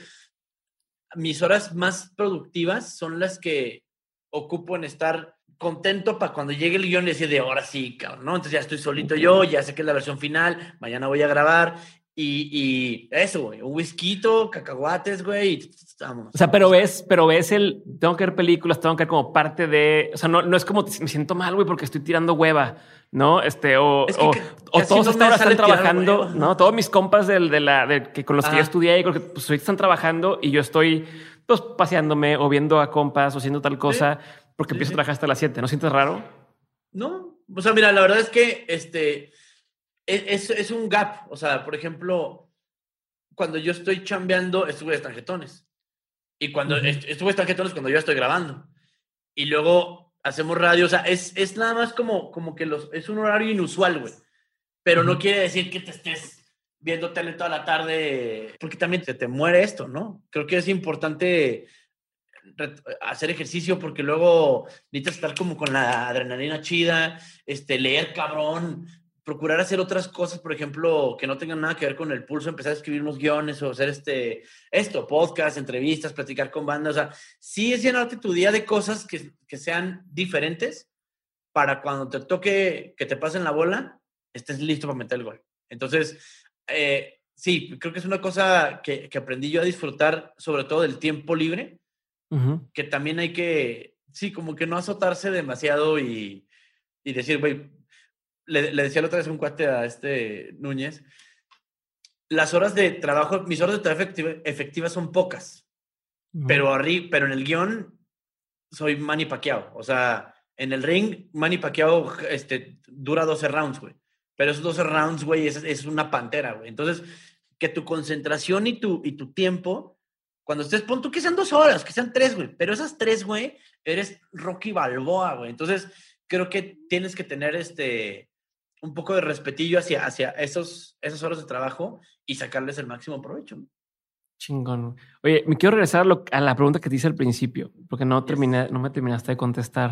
mis horas más productivas son las que ocupo en estar contento para cuando llegue el guión y decir de ahora sí, cabrón, ¿no? Entonces ya estoy solito okay. yo, ya sé que es la versión final, mañana voy a grabar. Y, y eso, güey, un whiskyito, cacahuates, güey, y vamos. O sea, pero ves, pero ves el, tengo que ver películas, tengo que ver como parte de, o sea, no, no es como me siento mal, güey, porque estoy tirando hueva, ¿no? Este, o, es que, o, que, o todos no hasta ahora están trabajando, hueva. ¿no? Todos mis compas del, de la, de, que con los ah. que yo estudié, creo que pues ahorita están trabajando y yo estoy, pues, paseándome o viendo a compas o haciendo tal cosa, sí. porque sí, empiezo sí. a trabajar hasta las siete. ¿No sientes raro? No, o sea, mira, la verdad es que, este... Es, es un gap, o sea, por ejemplo, cuando yo estoy chambeando, estuve de tarjetones. Y cuando uh-huh. est- estuve de tarjetones cuando yo estoy grabando. Y luego hacemos radio, o sea, es, es nada más como, como que los, es un horario inusual, güey. Pero uh-huh. no quiere decir que te estés viendo tele toda la tarde, porque también se te muere esto, ¿no? Creo que es importante hacer ejercicio porque luego necesitas estar como con la adrenalina chida, este, leer cabrón, procurar hacer otras cosas, por ejemplo, que no tengan nada que ver con el pulso, empezar a escribir unos guiones o hacer este, esto, podcast, entrevistas, platicar con bandas. O sea, sí es llenarte tu día de cosas que, que sean diferentes para cuando te toque que te pasen la bola, estés listo para meter el gol. Entonces, eh, sí, creo que es una cosa que, que aprendí yo a disfrutar, sobre todo del tiempo libre, uh-huh. que también hay que, sí, como que no azotarse demasiado y, y decir, güey, Le, le decía la otra vez un cuate a este Núñez, las horas de trabajo, mis horas de trabajo efectiva, efectivas son pocas, uh-huh. pero, arri, pero en el guión soy Manny Pacquiao. O sea, en el ring, Manny Pacquiao este, dura doce rounds, güey. Pero esos doce rounds, güey, es, es una pantera, güey. Entonces, que tu concentración y tu, y tu tiempo, cuando estés, pon tú que sean dos horas, que sean tres, güey. Pero esas tres, güey, eres Rocky Balboa, güey. entonces creo que tienes que tener este, un poco de respetillo hacia, hacia esos, esas horas de trabajo y sacarles el máximo provecho, ¿no? Chingón. Oye, me quiero regresar a, lo, a la pregunta que te hice al principio, porque no, terminé, no me terminaste de contestar.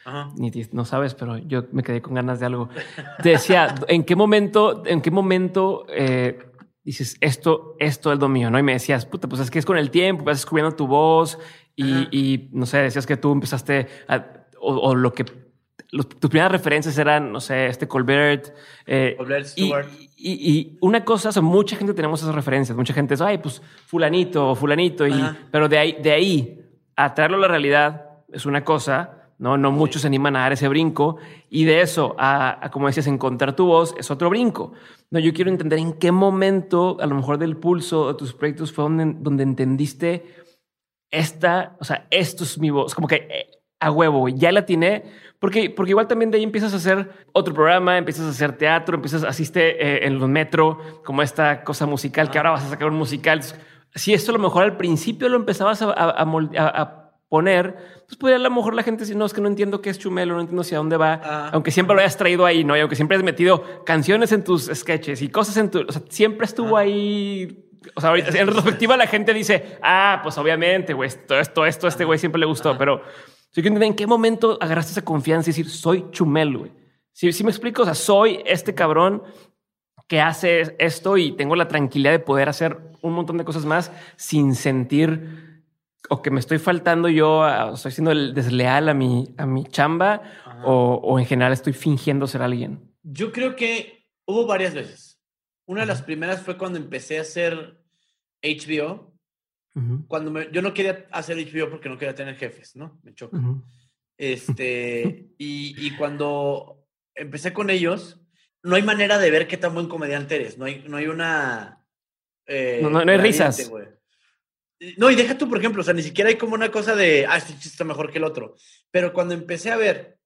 Ajá. Ni ti- no sabes, pero yo me quedé con ganas de algo. Te decía, ¿en qué momento, en qué momento eh, dices esto, esto es lo mío? ¿No? Y me decías, puta, pues es que es con el tiempo, vas descubriendo tu voz y, Ajá. y no sé, decías que tú empezaste a, o, o lo que los- tus primeras referencias eran, no sé, este Colbert. eh, Colbert, y, Stewart. y, y una cosa, o sea, mucha gente tenemos esas referencias. Mucha gente es, ay, pues fulanito o fulanito. Y, Ajá. pero de ahí, de ahí a traerlo a la realidad es una cosa. No, no muchos se animan a dar ese brinco y de eso a, a, como decías, encontrar tu voz es otro brinco. No, yo quiero entender en qué momento, a lo mejor del pulso de tus proyectos fue donde, donde entendiste esta, o sea, esto es mi voz, como que eh, a huevo, güey, ya la tiene, porque, porque igual también de ahí empiezas a hacer otro programa, empiezas a hacer teatro, empiezas a asiste eh, en los metro, como esta cosa musical, que ahora vas a sacar un musical. Si esto a lo mejor al principio lo empezabas a, a, a, a, a poner, pues puede a lo mejor la gente decir, no, es que no entiendo qué es Chumelo, no entiendo hacia dónde va, Ah. aunque siempre lo hayas traído ahí, ¿no? Y aunque siempre has metido canciones en tus sketches y cosas en tu... O sea, siempre estuvo Ah. ahí... O sea, ahorita, en retrospectiva la gente dice, ah, pues obviamente, güey, esto, esto, esto, a este güey siempre le gustó, Ajá. pero yo quiero entender en qué momento agarraste esa confianza y decir, soy Chumel, güey. Si ¿Sí, sí me explico? O sea, soy este cabrón que hace esto y tengo la tranquilidad de poder hacer un montón de cosas más sin sentir o que me estoy faltando yo, a, estoy siendo el desleal a mi, a mi chamba o, o en general estoy fingiendo ser alguien. Yo creo que hubo varias veces. Una de las primeras fue cuando empecé a hacer H B O. Uh-huh. Cuando me, yo no quería hacer H B O porque no quería tener jefes, ¿no? Me choca. Uh-huh. Este, y, y cuando empecé con ellos, no hay manera de ver qué tan buen comediante eres. No hay, no hay una... Eh, no, no, no hay gradiente, risas. Güey. No, y deja tú, por ejemplo, o sea, ni siquiera hay como una cosa de, ah, este chiste está mejor que el otro. Pero cuando empecé a ver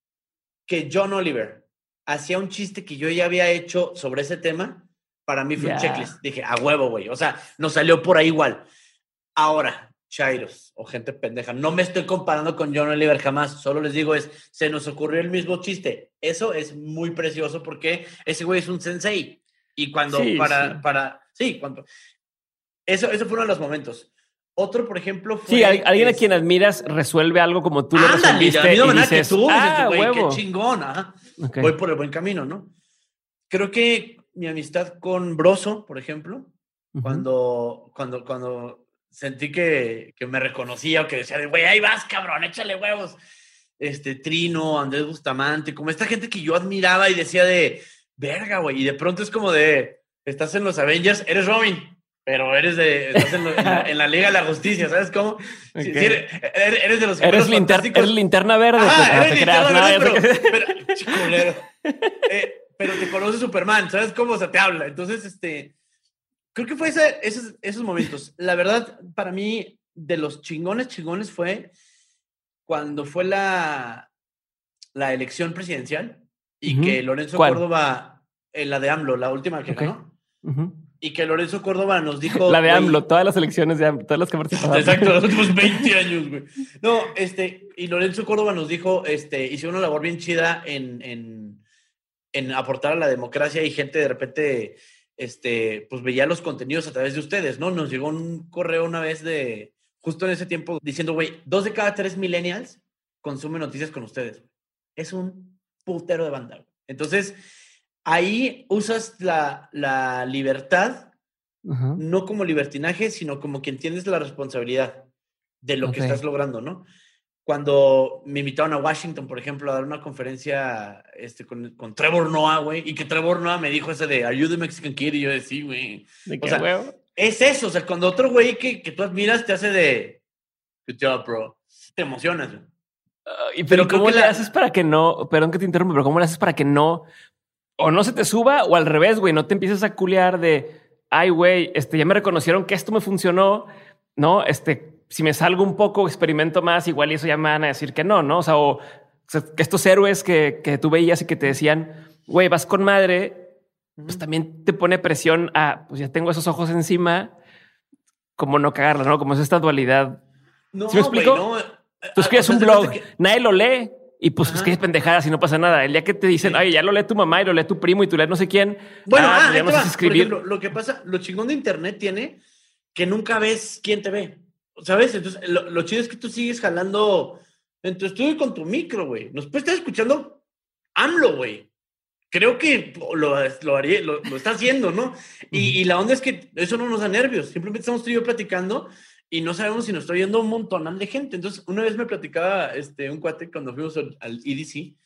que John Oliver hacía un chiste que yo ya había hecho sobre ese tema, para mí fue Yeah. un checklist. Dije, a huevo, güey. O sea, nos salió por ahí igual. Ahora, chairos o gente pendeja, no me estoy comparando con John Oliver jamás. Solo les digo es, se nos ocurrió el mismo chiste. Eso es muy precioso porque ese güey es un sensei. Y cuando Sí, para, sí. para, sí, cuando... Eso, eso fue uno de los momentos. Otro, por ejemplo, fue... Sí, alguien es, a quien admiras resuelve algo como tú lo ándale, de la resolviste misma y manera dices, que tú, ah, dices, güey, huevo. qué chingón, ajá. Okay. Voy por el buen camino, ¿no? Creo que mi amistad con Broso, por ejemplo, uh-huh. cuando, cuando, cuando sentí que, que me reconocía o que decía, güey, ahí vas, cabrón, échale huevos. Este, Trino, Andrés Bustamante, como esta gente que yo admiraba y decía de, verga, güey, y de pronto es como de, estás en los Avengers, eres Robin, pero eres de, estás en, lo, en, la, en la Liga de la Justicia, ¿sabes cómo? Okay. Si, si eres, eres de los eres, linter, eres linterna verde. Ah, pues, eres linterna verde, pero, pero, pero, chiculero. Eh, pero te conoce Superman, ¿sabes cómo? O sea, te habla. Entonces, este, creo que fue ese, esos, esos momentos. La verdad, para mí, de los chingones, chingones fue cuando fue la, la elección presidencial y uh-huh. que Lorenzo ¿Cuál? Córdoba, eh, la de AMLO, la última que okay. ganó, uh-huh. y que Lorenzo Córdoba nos dijo... La de AMLO, wey, todas las elecciones de AMLO, todas las que participamos. Exacto, los últimos veinte años, güey. No, este, y Lorenzo Córdoba nos dijo, este, hizo una labor bien chida en, en, en aportar a la democracia y gente de repente, este, pues veía los contenidos a través de ustedes, ¿no? Nos llegó un correo una vez de, justo en ese tiempo, diciendo, güey, dos de cada tres millennials consumen noticias con ustedes. Es un putero de banda, güey. Entonces... Ahí usas la, la libertad, uh-huh. no como libertinaje, sino como que entiendes la responsabilidad de lo okay. que estás logrando, ¿no? Cuando me invitaron a Washington, por ejemplo, a dar una conferencia este, con, con Trevor Noah, güey, y que Trevor Noah me dijo ese de, ¿Are you the Mexican kid? Y yo decía, sí, güey. O sea, huevo? Es eso, o sea, cuando otro güey que, que tú admiras te hace de, good job, bro, te emocionas, güey. Uh, y pero, pero ¿cómo le la... haces para que no, perdón que te interrumpa, pero cómo le haces para que no... O no se te suba o al revés, güey, no te empieces a culear de, ay, güey, este, ya me reconocieron que esto me funcionó, ¿no? Este, si me salgo un poco, experimento más, igual y eso ya me van a decir que no, ¿no? O sea, o, o sea que estos héroes que, que tú veías y que te decían, güey, vas con madre, pues también te pone presión a, pues ya tengo esos ojos encima, como no cagarla, ¿no? Como es esta dualidad. No, ¿Sí me explico? Güey, no. Tú escribes un blog, que... nadie lo lee. Y pues, pues qué pendejada si no pasa nada. El día que te dicen, sí. Ay, ya lo lee tu mamá y lo lee tu primo y tú lees no sé quién. Bueno, ah, ah, pues ya no sé si escribir. Por ejemplo, lo que pasa, lo chingón de internet tiene que nunca ves quién te ve. ¿Sabes? Entonces, lo, lo chido es que tú sigues jalando en tu estudio con tu micro, güey. Nos puede estar escuchando AMLO, güey. Creo que lo, lo, haría, lo, lo está haciendo, ¿no? Y, y la onda es que eso no nos da nervios. Simplemente estamos tú y yo platicando y no sabemos si nos está oyendo un montón de gente. Entonces, una vez me platicaba este, un cuate cuando fuimos al, al E D C.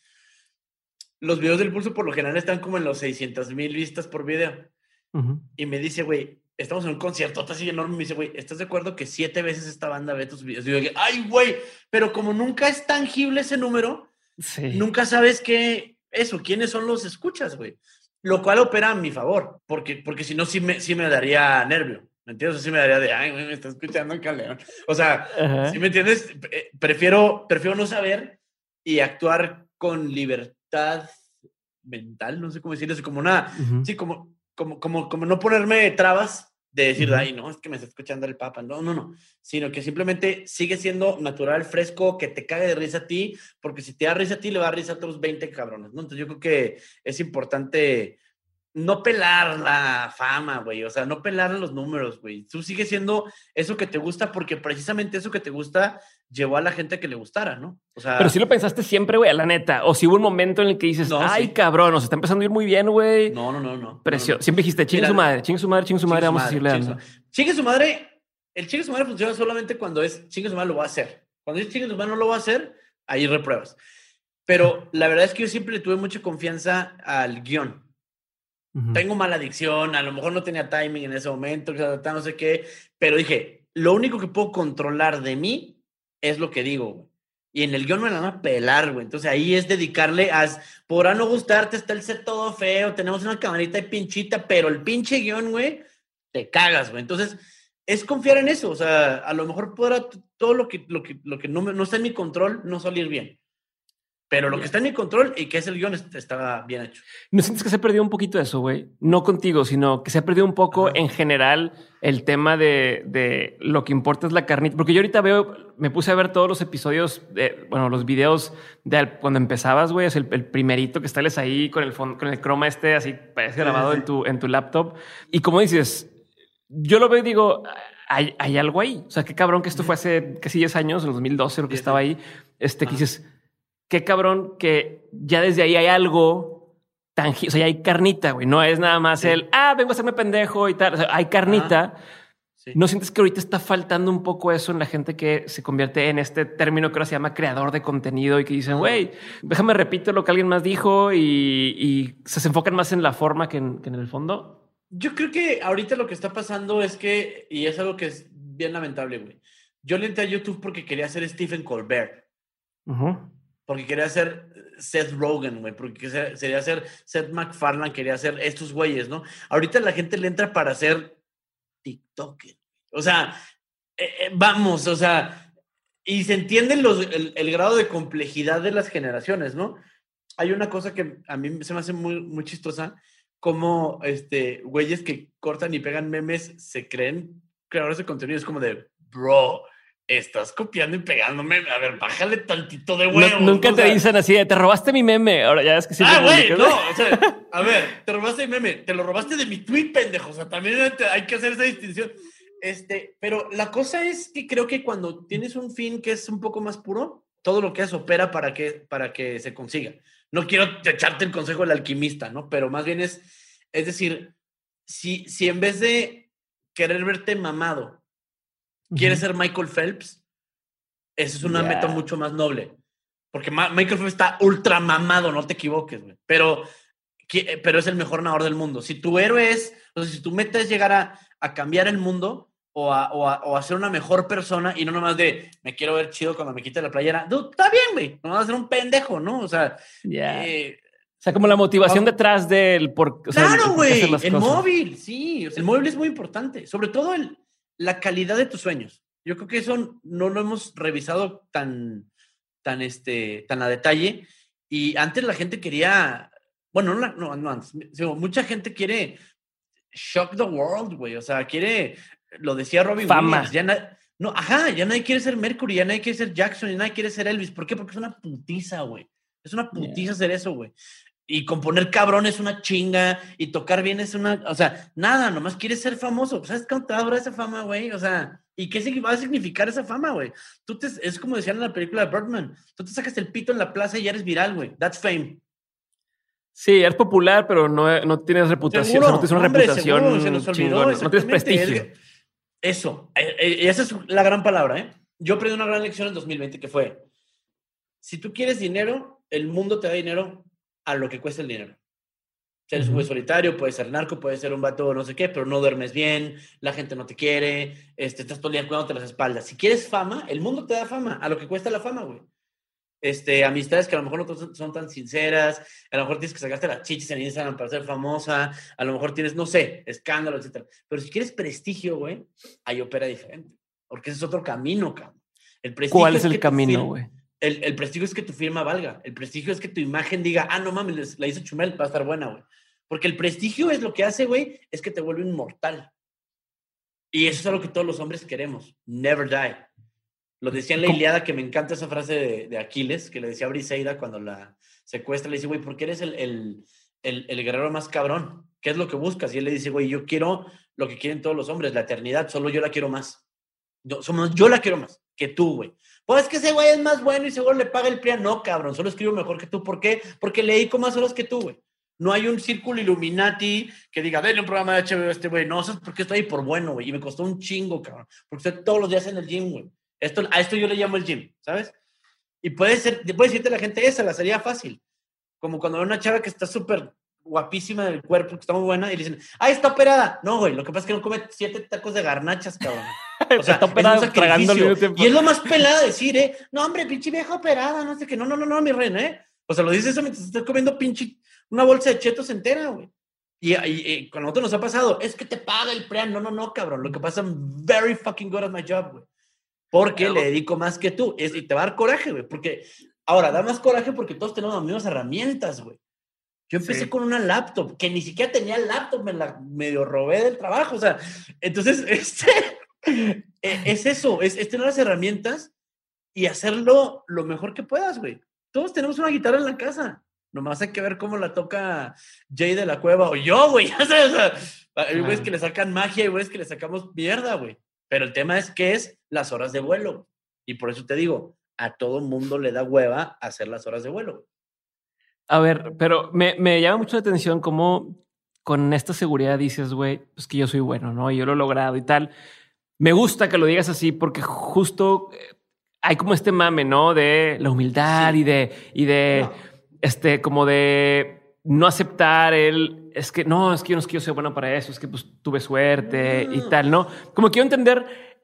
Los videos del Pulso por lo general están como en los seiscientas mil vistas por video. Uh-huh. Y me dice, güey, estamos en un concierto así enorme. Me dice, güey, ¿estás de acuerdo que siete veces esta banda ve tus videos? Y yo digo, ay, güey, pero como nunca es tangible ese número, sí. Nunca sabes qué, eso, quiénes son los escuchas, güey. Lo cual opera a mi favor, porque, porque si no, sí me, sí me daría nervio. ¿Me entiendes? O sea, sí me daría de, ay, güey, me está escuchando en Caleón. O sea, uh-huh. ¿Sí me entiendes? Prefiero, prefiero no saber y actuar con libertad mental, no sé cómo decirlo, como una, uh-huh. sí, como, como, como, como no ponerme trabas de decir, uh-huh. ay, no, es que me está escuchando el Papa, no, no, no, sino que simplemente sigue siendo natural, fresco, que te cague de risa a ti, porque si te da risa a ti, le va a dar risa a otros veinte cabrones, ¿no? Entonces yo creo que es importante no pelar la fama, güey, o sea, no pelar los números, güey. Tú sigues siendo eso que te gusta porque precisamente eso que te gusta llevó a la gente que le gustara, ¿no? O sea... Pero sí lo pensaste siempre, güey, a la neta. O si hubo un momento en el que dices, no, ay, sí. cabrón, nos está empezando a ir muy bien, güey. No, no, no, no. Precio. No, no. Siempre dijiste, chingue su madre, chingue su madre, chingue su madre, vamos a decirle algo. Chingue su madre, el chingue su madre funciona solamente cuando es chingue su madre lo va a hacer. Cuando es chingue su madre no lo va a hacer, ahí repruebas. Pero la verdad es que yo siempre le tuve mucha confianza al guión. Uh-huh. Tengo mala dicción, a lo mejor no tenía timing en ese momento, no sé qué, pero dije, lo único que puedo controlar de mí es lo que digo, güey. Y en el guión me la van a pelar, güey. Entonces ahí es dedicarle a, podrá no gustarte, está el set todo feo, tenemos una camarita de pinchita, pero el pinche guión, güey, te cagas, güey. Entonces es confiar en eso, o sea, a lo mejor podrá todo lo que, lo que, lo que no, no está en mi control no salir bien. Pero lo yeah. que está en mi control y que es el guión está bien hecho. ¿No sientes que se ha perdido un poquito eso, güey? No contigo, sino que se ha perdido un poco Ajá. en general el tema de, de lo que importa es la carnita. Porque yo ahorita veo, me puse a ver todos los episodios, de, bueno, los videos de cuando empezabas, güey, es el, el primerito que estás ahí con el fondo, con el croma este así, parece grabado en tu, en tu laptop. Y como dices, yo lo veo y digo, hay, hay algo ahí. O sea, qué cabrón que esto fue hace casi diez años, en dos mil doce, lo que estaba ahí. Este, que dices... Qué cabrón que ya desde ahí hay algo tangible, o sea, ya hay carnita, güey. No es nada más sí. el, ah, vengo a hacerme pendejo y tal. O sea, hay carnita. Sí. ¿No sientes que ahorita está faltando un poco eso en la gente que se convierte en este término que ahora se llama creador de contenido y que dicen, güey, déjame repito lo que alguien más dijo y, y se enfocan más en la forma que en, que en el fondo? Yo creo que ahorita lo que está pasando es que, y es algo que es bien lamentable, güey. Yo le entré a YouTube porque quería ser Stephen Colbert. Ajá. Uh-huh. Porque quería ser Seth Rogen, güey. Porque quería ser Seth MacFarlane, quería ser estos güeyes, ¿no? Ahorita la gente le entra para ser TikToker. O sea, eh, eh, vamos, o sea, y se entiende los, el, el grado de complejidad de las generaciones, ¿no? Hay una cosa que a mí se me hace muy, muy chistosa, como este, güeyes que cortan y pegan memes se creen creadores de contenido. Es como de, bro... Estás copiando y pegándome. A ver, bájale tantito de huevos. No, nunca ¿no? te O sea, dicen así de, te robaste mi meme. Ahora ya es que sí. Ah, güey, no. O sea, a ver, te robaste mi meme. Te lo robaste de mi tweet, pendejo. O sea, también hay que hacer esa distinción. Este, pero la cosa es que creo que cuando tienes un fin que es un poco más puro, todo lo que haces opera para que, para que se consiga. No quiero echarte el consejo del alquimista, ¿no? Pero más bien es, es decir, si, si en vez de querer verte mamado, ¿quieres ser Michael Phelps? Esa es una yeah. meta mucho más noble. Porque Ma- Michael Phelps está ultra mamado, no te equivoques, güey. Pero, pero es el mejor nadador del mundo. Si tu héroe es, o sea, si tu meta es llegar a, a cambiar el mundo o a, o, a, o a ser una mejor persona y no nomás de, me quiero ver chido cuando me quite la playera. Dude, está bien, güey. No vas a ser un pendejo, ¿no? O sea... Yeah. Eh, o sea, como la motivación oh, detrás del... Por, o claro, güey. El, el móvil, sí. O sea, el móvil es muy importante. Sobre todo el... la calidad de tus sueños. Yo creo que eso no lo hemos revisado tan, tan, este, tan a detalle. Y antes la gente quería... Bueno, no, no, no antes. Mucha gente quiere shock the world, güey. O sea, quiere... Lo decía Robbie Fama. Williams. Ya na, no, ajá, ya nadie quiere ser Mercury, ya nadie quiere ser Jackson, ya nadie quiere ser Elvis. ¿Por qué? Porque es una putiza, güey. Es una putiza yeah. hacer eso, güey. Y componer cabrón es una chinga. Y tocar bien es una... O sea, nada, nomás quieres ser famoso. ¿Sabes cuánto te va a durar esa fama, güey? O sea, ¿Y qué va a significar esa fama, güey? Tú te, es como decían en la película de Birdman. Tú te sacas el pito en la plaza y ya eres viral, güey. That's fame. Sí, eres popular, pero no, no tienes reputación. Seguro, O sea, no tienes una hombre, reputación seguro, se nos olvidó, chingona. No tienes prestigio. Es que, eso, eh, eh, esa es la gran palabra, ¿eh? Yo aprendí una gran lección en dos mil veinte que fue, si tú quieres dinero, el mundo te da dinero a lo que cuesta el dinero. Si eres un güey solitario, puedes ser narco, puedes ser un vato no sé qué, pero no duermes bien, la gente no te quiere, este, estás todo el día cuidándote las espaldas. Si quieres fama, el mundo te da fama, a lo que cuesta la fama, güey. Este, amistades que a lo mejor no son tan sinceras, a lo mejor tienes que sacarte las chichis en Instagram para ser famosa, a lo mejor tienes, no sé, escándalo, etcétera. Pero si quieres prestigio, güey, ahí opera diferente, porque ese es otro camino, cabrón. El prestigio ¿Cuál es, es el camino, güey? El, el prestigio es que tu firma valga, el prestigio es que tu imagen diga, ah, no mames, la hizo Chumel, va a estar buena, güey. Porque el prestigio es lo que hace, güey, es que te vuelve inmortal. Y eso es algo que todos los hombres queremos. Never die. Lo decía en la Ilíada, que me encanta esa frase de, de Aquiles, que le decía a Briseida cuando la secuestra, le dice, güey, ¿por qué eres el, el, el, el guerrero más cabrón? ¿Qué es lo que buscas? Y él le dice, güey, yo quiero lo que quieren todos los hombres, la eternidad, solo yo la quiero más. Yo, somos, yo la quiero más que tú, güey. Pues es que ese güey es más bueno y seguro le paga el P R I A. No, cabrón, solo escribo mejor que tú. ¿Por qué? Porque le dedico más horas que tú, güey. No hay un círculo Illuminati que diga, denle un programa de H B O a este güey. No, eso es porque estoy ahí por bueno, güey. Y me costó un chingo, cabrón. Porque estoy todos los días en el gym, güey. Esto, a esto yo le llamo el gym, ¿sabes? Y puede ser, puede decirte la gente esa, la sería fácil. Como cuando ve una chava que está súper guapísima del cuerpo, que está muy buena, y le dicen, ¡ah, está operada! No, güey, lo que pasa es que no come siete tacos de garnachas, cabrón. O sea, está operada, es un sacrificio. tiempo. Y es lo más pelada decir, ¿eh? No, hombre, pinche vieja operada, no sé qué. No, no, no, no, mi reina, ¿eh? O sea, lo dices eso mientras estás comiendo pinche una bolsa de chetos entera, güey. Y, y, y con nosotros nos ha pasado, es que te paga el P R I A. No, no, no, cabrón. Lo que pasa, I'm very fucking good at my job, güey. Porque Pero... le dedico más que tú. Es, y te va a dar coraje, güey. Porque, ahora, da más coraje porque todos tenemos las mismas herramientas, güey. Yo empecé sí. con una laptop, que ni siquiera tenía laptop, me la medio robé del trabajo. O sea, entonces, este, es eso, es, es tener las herramientas y hacerlo lo mejor que puedas, güey. Todos tenemos una guitarra en la casa. Nomás hay que ver cómo la toca Jay de la Cueva o yo, güey. O sea, hay güeyes que le sacan magia y güeyes que le sacamos mierda, güey. Pero el tema es que es las horas de vuelo. Y por eso te digo, a todo mundo le da hueva hacer las horas de vuelo. A ver, pero me, me llama mucho la atención cómo con esta seguridad dices, güey, pues que yo soy bueno, ¿no? Yo lo he logrado y tal. Me gusta que lo digas así porque justo hay como este mame, ¿no? De la humildad sí. y de, y de no. este, como de no aceptar el, es que no, es que yo no es que yo sea bueno para eso, es que pues tuve suerte no. y tal, ¿no? Como quiero entender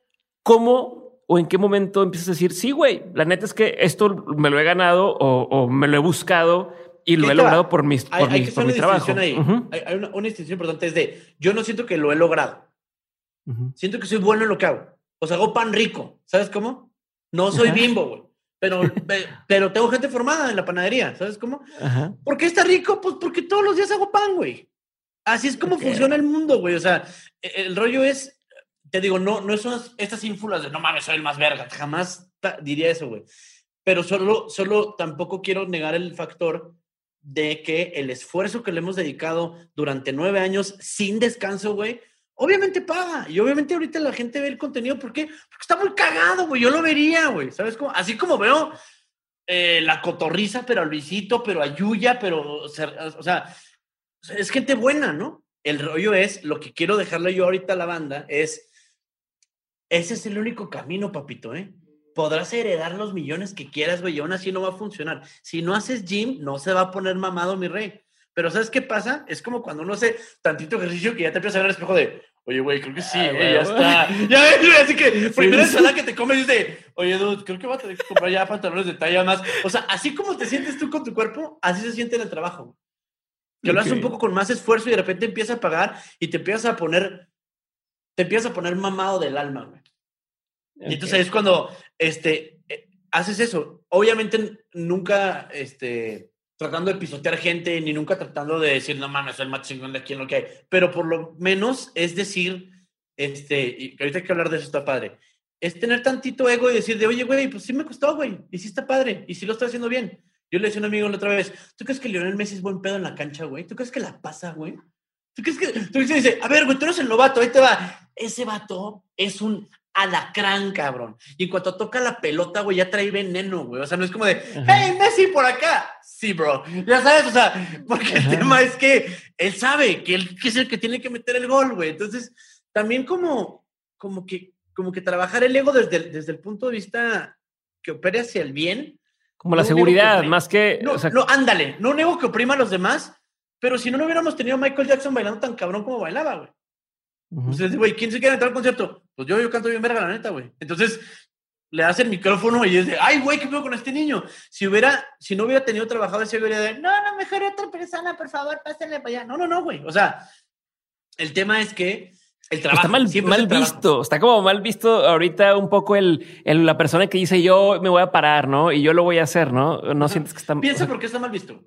cómo o en qué momento empiezas a decir, sí, güey, la neta es que esto me lo he ganado o, o me lo he buscado y lo he logrado por, mis, por, hay, mis, hay por mi trabajo. Ahí. Uh-huh. Hay, hay una, una distinción importante, es de, yo no siento que lo he logrado. Uh-huh. Siento que soy bueno en lo que hago. O sea, hago pan rico, ¿sabes cómo? No soy uh-huh. Bimbo, güey. Pero, pero tengo gente formada en la panadería, ¿sabes cómo? Uh-huh. ¿Por qué está rico? Pues porque todos los días hago pan, güey. Así es como okay. funciona el mundo, güey. O sea, el rollo es, te digo, no, no son estas ínfulas de no mames, soy el más verga. Jamás ta, diría eso, güey. Pero solo, solo tampoco quiero negar el factor de que el esfuerzo que le hemos dedicado durante nueve años sin descanso, güey, obviamente paga. Y obviamente ahorita la gente ve el contenido. ¿Por qué? Porque está muy cagado, güey. Yo lo vería, güey. ¿Sabes cómo? Así como veo eh, la Cotorriza, pero a Luisito, pero a Yuya, pero... O sea, es gente buena, ¿no? El rollo es, lo que quiero dejarle yo ahorita a la banda es, ese es el único camino, papito, ¿eh? Podrás heredar los millones que quieras, güey, y aún así no va a funcionar. Si no haces gym, no se va a poner mamado, mi rey. Pero ¿sabes qué pasa? Es como cuando uno hace tantito ejercicio que ya te empiezas a ver el espejo de, oye, güey, creo que sí, güey, ah, ya está. Ya ves, güey, así que sí, primera ensalada sí. que te comes dice, oye, dude, creo que voy a tener que comprar ya pantalones de talla más. O sea, así como te sientes tú con tu cuerpo, así se siente en el trabajo. Que okay. lo haces un poco con más esfuerzo y de repente empieza a pagar y te empiezas a poner, te empiezas a poner mamado del alma, güey. Okay. Y entonces es cuando este, eh, haces eso. Obviamente nunca este, tratando de pisotear gente, ni nunca tratando de decir, no mames, soy el más chingón de aquí en lo que hay. Pero por lo menos es decir, este, y ahorita hay que hablar de eso, está padre, es tener tantito ego y decir de, oye, güey, pues sí me costó, güey, y sí está padre, y sí lo estoy haciendo bien. Yo le decía a un amigo la otra vez, ¿tú crees que Lionel Messi es buen pedo en la cancha, güey? ¿Tú crees que la pasa, güey? ¿Tú crees que...? Tú dices, a ver, güey, tú eres el novato, ahí te va. Ese vato es un alacrán, cabrón. Y en cuanto toca la pelota, güey, ya trae veneno, güey. O sea, no es como de, hey, Messi, por acá. Sí, bro. Ya sabes, o sea, porque el Ajá. tema es que él sabe que él que es el que tiene que meter el gol, güey. Entonces, también como, como, que, como que trabajar el ego desde el, desde el punto de vista que opere hacia el bien. Como la no seguridad, que más que... No, o sea, no, ándale. No nego que oprima a los demás, pero si no, no hubiéramos tenido a Michael Jackson bailando tan cabrón como bailaba, güey. Uh-huh. Entonces, güey, ¿quién se quiere entrar al concierto? Pues yo, yo canto bien verga, la neta, güey. Entonces, le das el micrófono y es de, ay, güey, ¿qué pedo con este niño? Si hubiera, si no hubiera tenido trabajado ese, hubiera de, no, no, mejor otra persona, por favor, pásenle para allá. No, no, no, güey. O sea, el tema es que el trabajo está mal, mal el visto, trabajo. Está como mal visto ahorita un poco el, el la persona que dice yo me voy a parar, ¿no? Y yo lo voy a hacer, ¿no? No Ajá. sientes que está... Piensa o sea, por qué está mal visto.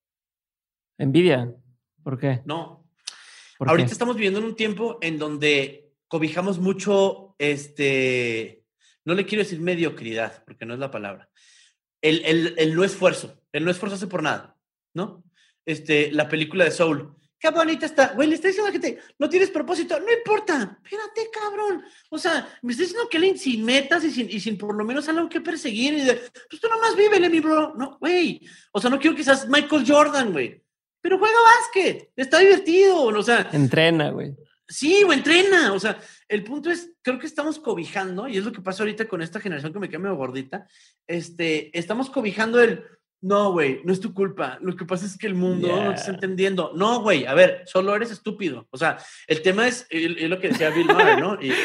Envidia. ¿Por qué? No. ¿Por Ahorita qué? estamos viviendo en un tiempo en donde cobijamos mucho, este, no le quiero decir mediocridad, porque no es la palabra. El, el, el no esfuerzo, el no esforzarse por nada, ¿no? Este, la película de Soul. Qué bonita está. Güey, le está diciendo a la gente, no tienes propósito, no importa. Espérate, cabrón. O sea, me está diciendo que él sin metas y sin, y sin por lo menos algo que perseguir. Y de, pues tú nomás vívele, mi bro. No, güey. O sea, no quiero que seas Michael Jordan, güey. Pero juega básquet. Está divertido. O sea. Entrena, güey. Sí, o entrena. O sea, el punto es, creo que estamos cobijando, y es lo que pasa ahorita con esta generación que me queda medio gordita. Este, estamos cobijando el... No, güey, no es tu culpa. Lo que pasa es que el mundo yeah. no te está entendiendo. No, güey, a ver, solo eres estúpido. O sea, el tema es, es lo que decía Bill Maher, ¿no? Y,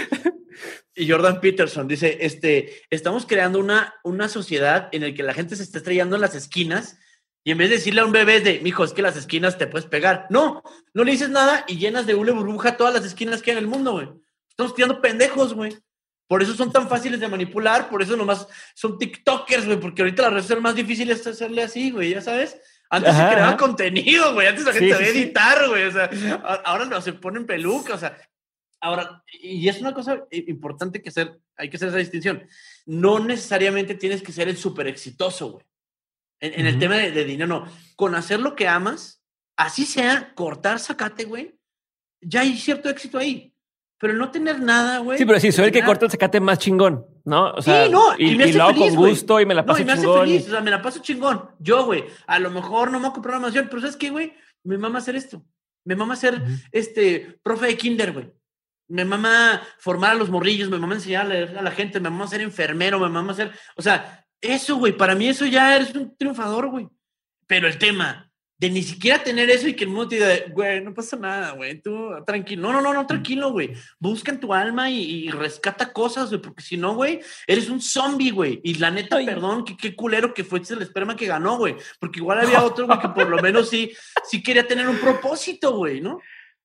y Jordan Peterson dice, este, estamos creando una, una sociedad en la que la gente se está estrellando en las esquinas y en vez de decirle a un bebé de, mijo, es que las esquinas te puedes pegar. No, no le dices nada y llenas de hule burbuja todas las esquinas que hay en el mundo, güey. Estamos tirando pendejos, güey. Por eso son tan fáciles de manipular, por eso nomás son TikTokers, güey, porque ahorita la red social más difícil es hacerle así, güey, ya sabes. Antes ajá, se creaba ajá. contenido, güey, antes la gente sí, sabía sí, editar, güey, o sea, ahora no, se ponen peluca, o sea, ahora, y es una cosa importante que hacer, hay que hacer esa distinción. No necesariamente tienes que ser el súper exitoso, güey. En, en uh-huh. el tema de, de dinero, no. Con hacer lo que amas, así sea, cortar zacate, güey, ya hay cierto éxito ahí. Pero no tener nada, güey. Sí, pero sí, soy el que corta el zacate más chingón, ¿no? O sea, sí, no, y, y me hace y lo hago feliz, con gusto güey. y me la paso no, y me chingón. hace feliz, o sea, me la paso chingón. Yo, güey, a lo mejor no me voy a comprar una mansión, pero ¿sabes qué, güey? Me mama hacer esto. Me mama ser, uh-huh. este, profe de kinder, güey. Me mama formar a los morrillos, me mama enseñar a la, a la gente, me mama ser enfermero, me mama ser... O sea, eso, güey, para mí eso ya eres un triunfador, güey. Pero el tema... de ni siquiera tener eso y que el mundo te diga, güey, no pasa nada, güey, tú tranquilo. No, no, no, no, tranquilo, güey. Busca en tu alma y, y rescata cosas, güey, porque si no, güey, eres un zombie, güey. Y la neta, Ay. perdón, qué, qué culero que fue el esperma que ganó, güey. Porque igual había otro, güey, que por lo menos sí, sí quería tener un propósito, güey, ¿no?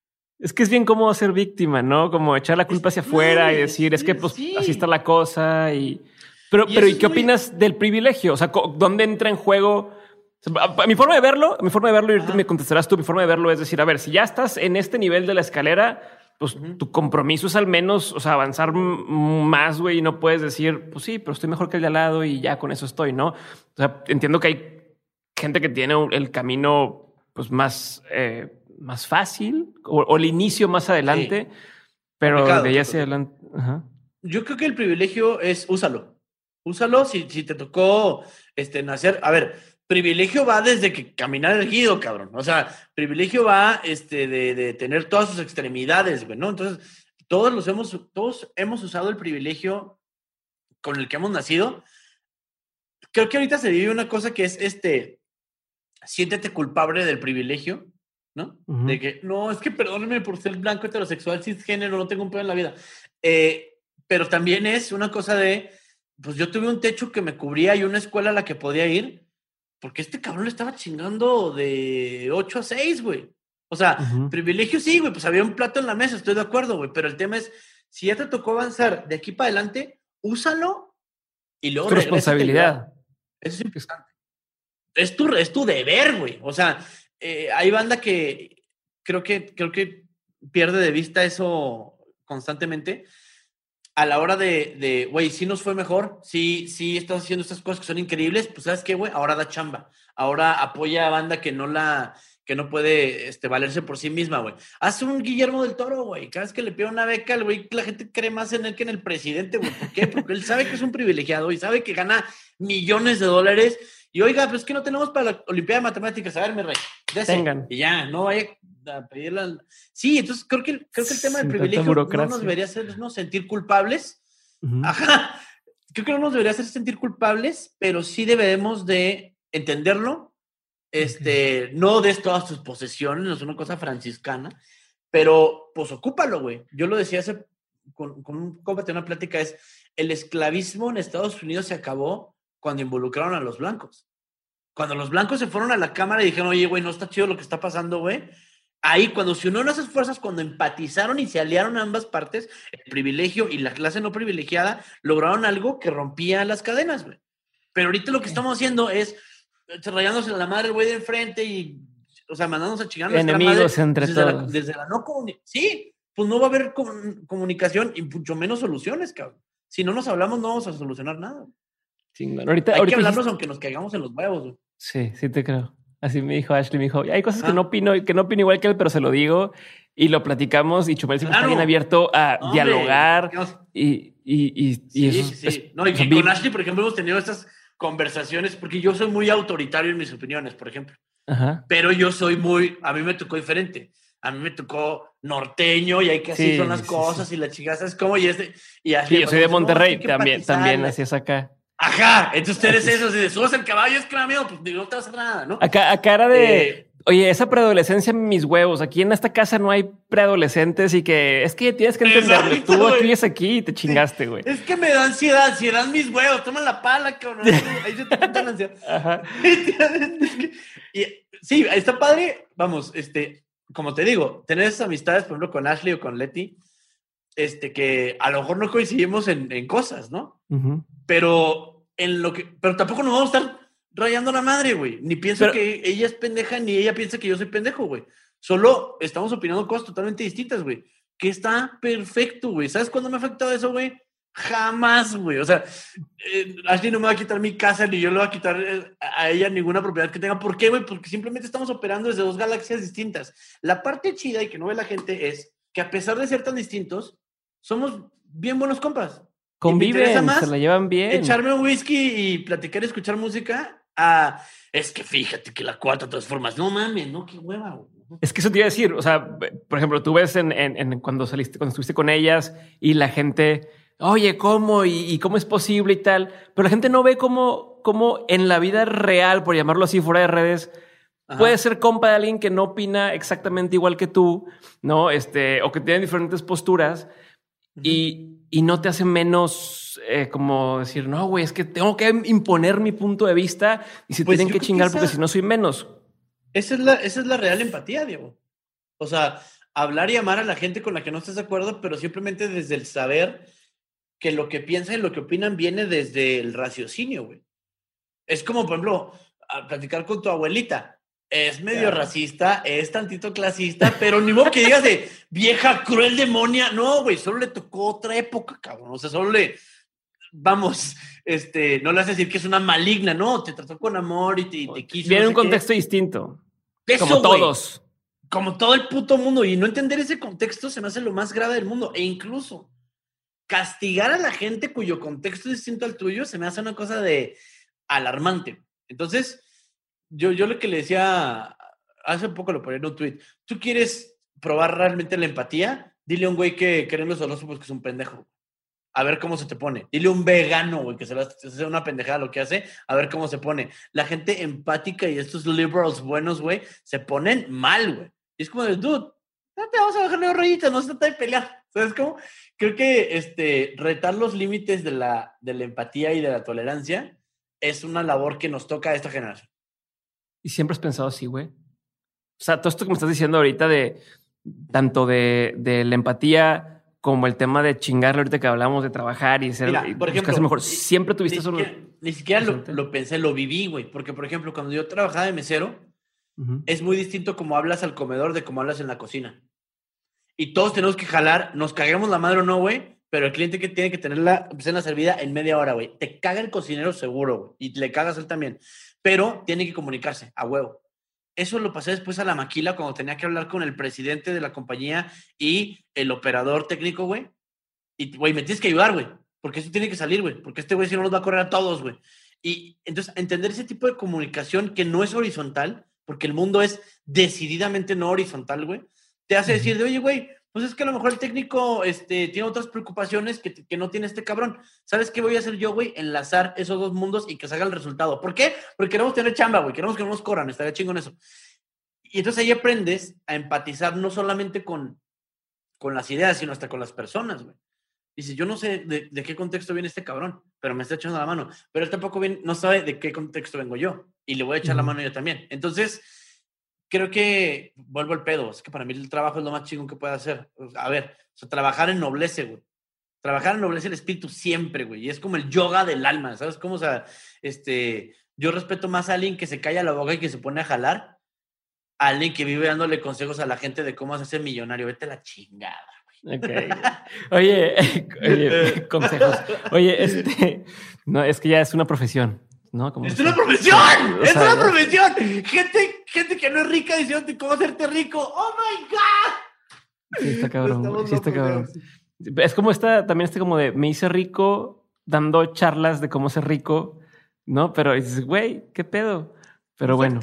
Es que es bien cómodo ser víctima, ¿no? Como echar la culpa hacia afuera no, y decir, es que pues sí. así está la cosa. Y... Pero, y pero ¿y qué muy... opinas del privilegio? O sea, ¿dónde entra en juego... A mi forma de verlo, a mi forma de verlo, y me contestarás tú, mi forma de verlo es decir, a ver, si ya estás en este nivel de la escalera, pues uh-huh. tu compromiso es al menos, o sea, avanzar m- más, güey, y no puedes decir, pues sí, pero estoy mejor que el de al lado y ya con eso estoy, ¿no? O sea, entiendo que hay gente que tiene el camino, pues, más, eh, más fácil o, o el inicio más adelante, sí. pero Complicado, de ahí hacia adelante. Uh-huh. Yo creo que el privilegio es, úsalo, úsalo si, si te tocó este, nacer, a ver... Privilegio va desde que caminar erguido, cabrón. O sea, privilegio va este, de, de tener todas sus extremidades, güey, ¿no? Entonces, todos los hemos, todos hemos usado el privilegio con el que hemos nacido. Creo que ahorita se vive una cosa que es, este, siéntete culpable del privilegio, ¿no? Uh-huh. De que, no, es que perdónenme por ser blanco, heterosexual, cisgénero, no tengo un pedo en la vida. Eh, pero también es una cosa de, pues yo tuve un techo que me cubría y una escuela a la que podía ir, porque este cabrón le estaba chingando de ocho a seis, güey. O sea, uh-huh. privilegio sí, güey, pues había un plato en la mesa, estoy de acuerdo, güey, pero el tema es, si ya te tocó avanzar de aquí para adelante, úsalo y luego... Es tu responsabilidad. Eso es importante. Es tu, es tu deber, güey. O sea, eh, hay banda que creo que creo que pierde de vista eso constantemente. A la hora de, de, güey, sí nos fue mejor, sí, sí estás haciendo estas cosas que son increíbles, pues ¿sabes qué, güey? Ahora da chamba, ahora apoya a banda que no la, que no puede este, valerse por sí misma, güey. Haz un Guillermo del Toro, güey. Cada vez que le pide una beca, el güey, la gente cree más en él que en el presidente, güey. ¿Por qué? Porque él sabe que es un privilegiado y sabe que gana millones de dólares. Y oiga, pues es que no tenemos para la Olimpiada de Matemáticas. A ver, mi rey, dese. Tengan. Y ya, no vaya a pedirla. Sí, entonces creo que, creo que el tema del privilegio no nos debería hacernos sentir culpables. Uh-huh. Ajá. Creo que no nos debería hacer sentir culpables, pero sí debemos de entenderlo. Este, okay. No des todas tus posesiones, no es una cosa franciscana, pero pues ocúpalo, güey. Yo lo decía hace, con, con un compa de una plática, es el esclavismo en Estados Unidos se acabó cuando involucraron a los blancos. Cuando los blancos se fueron a la cámara y dijeron, oye, güey, no está chido lo que está pasando, güey. Ahí, cuando se unieron esas fuerzas, cuando empatizaron y se aliaron a ambas partes, el privilegio y la clase no privilegiada lograron algo que rompía las cadenas, güey. Pero ahorita lo que estamos haciendo es rayándose la madre el güey de enfrente y, o sea, mandándonos a chingar nuestra enemigos madre entre desde todos. La, desde la no comunicación. Sí, pues no va a haber com- comunicación y mucho menos soluciones, cabrón. Si no nos hablamos, no vamos a solucionar nada. Chingón. Ahorita, Hay ahorita que hablarnos dijiste... aunque nos caigamos en los huevos, güey. Sí, sí te creo. Así me dijo Ashley, me dijo, hay cosas ah. que no opino, que no opino igual que él, pero se lo digo y lo platicamos y Chumel siempre claro. está bien abierto a no, dialogar y, y, y, sí, y eso sí, es, sí. No, y que con Ashley, por ejemplo, hemos tenido estas conversaciones porque yo soy muy autoritario en mis opiniones, por ejemplo. Ajá. Pero yo soy muy, a mí me tocó diferente. A mí me tocó norteño y hay que así sí, son las sí, cosas sí. y la chica, ¿sabes cómo? Y, este, y Ashley, sí, yo soy de Monterrey, no, también, también así es acá. Ajá, entonces ustedes eso, si te subes el caballo es que me amigo, pues no te vas a hacer nada, ¿no? Acá, acá era de, eh, oye, esa preadolescencia en mis huevos, aquí en esta casa no hay preadolescentes y que es que tienes que entenderlo, tú güey. Vives aquí y te chingaste, güey. Es que me da ansiedad, ansiedad mis huevos, toma la pala, cabrón, ahí se te quita la ansiedad. Ajá. Y, sí, está padre, vamos, este, como te digo, tener esas amistades, por ejemplo, con Ashley o con Leti, este, que a lo mejor no coincidimos en, en cosas, ¿no? Uh-huh. Pero en lo que, pero tampoco nos vamos a estar rayando la madre, güey. Ni pienso pero, que ella es pendeja, ni ella piensa que yo soy pendejo, güey. Solo estamos opinando cosas totalmente distintas, güey. Que está perfecto, güey. ¿Sabes cuándo me ha afectado eso, güey? Jamás, güey. O sea, eh, Ashley no me va a quitar mi casa, ni yo le voy a quitar eh, a ella ninguna propiedad que tenga. ¿Por qué, güey? Porque simplemente estamos operando desde dos galaxias distintas. La parte chida y que no ve la gente es que a pesar de ser tan distintos, somos bien buenos compas. Conviven, más se la llevan bien. Echarme un whisky y platicar y escuchar música. Ah, es que fíjate que la cuarta transformas. No mames, no, qué hueva, güey. Es que eso te iba a decir. O sea, por ejemplo, tú ves en, en, en cuando saliste, cuando estuviste con ellas y la gente, oye, ¿cómo? ¿Y, y cómo es posible y tal? Pero la gente no ve cómo, cómo en la vida real, por llamarlo así, fuera de redes, ajá, puede ser compa de alguien que no opina exactamente igual que tú, ¿no? Este, o que tiene diferentes posturas. Y, y no te hace menos eh, como decir, no, güey, es que tengo que imponer mi punto de vista y se pues tienen que chingar que esa, porque si no soy menos. Esa es, la, esa es la real empatía, Diego. O sea, hablar y amar a la gente con la que no estás de acuerdo, pero simplemente desde el saber que lo que piensan y lo que opinan viene desde el raciocinio, güey. Es como, por ejemplo, a platicar con tu abuelita. Es medio claro. racista, es tantito clasista, pero ni modo que digas de vieja cruel demonia. No, güey, solo le tocó otra época, cabrón. O sea, solo le, vamos, este, no le haces decir que es una maligna, no, te trató con amor y te, te quiso. Viene no un contexto qué. distinto. Eso, como todos. Wey, como todo el puto mundo. Y no entender ese contexto se me hace lo más grave del mundo. E incluso castigar a la gente cuyo contexto es distinto al tuyo se me hace una cosa de alarmante. Entonces, Yo, yo lo que le decía, hace poco lo ponía en un tweet, ¿tú quieres probar realmente la empatía? Dile a un güey que cree en los horóscopos que es un pendejo. A ver cómo se te pone. Dile a un vegano, güey, que se le hace una pendejada lo que hace, a ver cómo se pone. La gente empática y estos liberals buenos, güey, se ponen mal, güey. Y es como de, dude, no te vamos a bajarle dos rayitas, no se trata de pelear. ¿Sabes cómo? Creo que este, retar los límites de la, de la empatía y de la tolerancia es una labor que nos toca a esta generación. Y siempre has pensado así, güey. O sea, todo esto que me estás diciendo ahorita de tanto de, de la empatía como el tema de chingarle ahorita que hablamos de trabajar y ser Mira, y por ejemplo, mejor. Siempre tuviste ni eso. Siquiera, ni siquiera lo, lo pensé, lo viví, güey. Porque, por ejemplo, cuando yo trabajaba de mesero, uh-huh, es muy distinto como hablas al comedor de cómo hablas en la cocina. Y todos tenemos que jalar, nos caguemos la madre o no, güey. Pero el cliente que tiene que tener la cena servida en media hora, güey. Te caga el cocinero seguro, güey. Y le cagas él también. Pero tiene que comunicarse, a huevo. eso lo pasé después a la maquila cuando tenía que hablar con el presidente de la compañía y el operador técnico, güey. Y, güey, me tienes que ayudar, güey, porque eso tiene que salir, güey, porque este güey si no nos va a correr a todos, güey. Y entonces, entender ese tipo de comunicación que no es horizontal, porque el mundo es decididamente no horizontal, güey, te hace decir de, oye, güey, pues es que a lo mejor el técnico este, tiene otras preocupaciones que, que no tiene este cabrón. ¿Sabes qué voy a hacer yo, güey? Enlazar esos dos mundos y que salga el resultado. ¿Por qué? Porque queremos tener chamba, güey, queremos que no nos corran, estaría chingón eso. Y entonces ahí aprendes a empatizar no solamente con, con las ideas, sino hasta con las personas, güey. Dice, yo no sé de, de qué contexto viene este cabrón, pero me está echando la mano. Pero él tampoco viene, no sabe de qué contexto vengo yo. Y le voy a echar uh-huh. la mano yo también. Entonces, creo que vuelvo al pedo. Es que para mí el trabajo es lo más chingón que puedo hacer. A ver, o sea, trabajar ennoblece, güey. Trabajar ennoblece el espíritu siempre, güey. Y es como el yoga del alma, ¿sabes? Como, o sea, este, yo respeto más a alguien que se calla la boca y que se pone a jalar, a alguien que vive dándole consejos a la gente de cómo hacerse millonario. Vete a la chingada. Okay. Oye, oye, consejos. Oye, este, no, es que ya es una profesión, ¿no? Como ¡Es una profesión! O ¡Es sea, una profesión! Gente, gente que no es rica diciéndote cómo hacerte rico. ¡Oh, my God! Sí, está cabrón. Sí, está cabrón. Es como esta, también este como de, me hice rico dando charlas de cómo ser rico, ¿no? Pero dices, güey, ¿qué pedo? Pero bueno.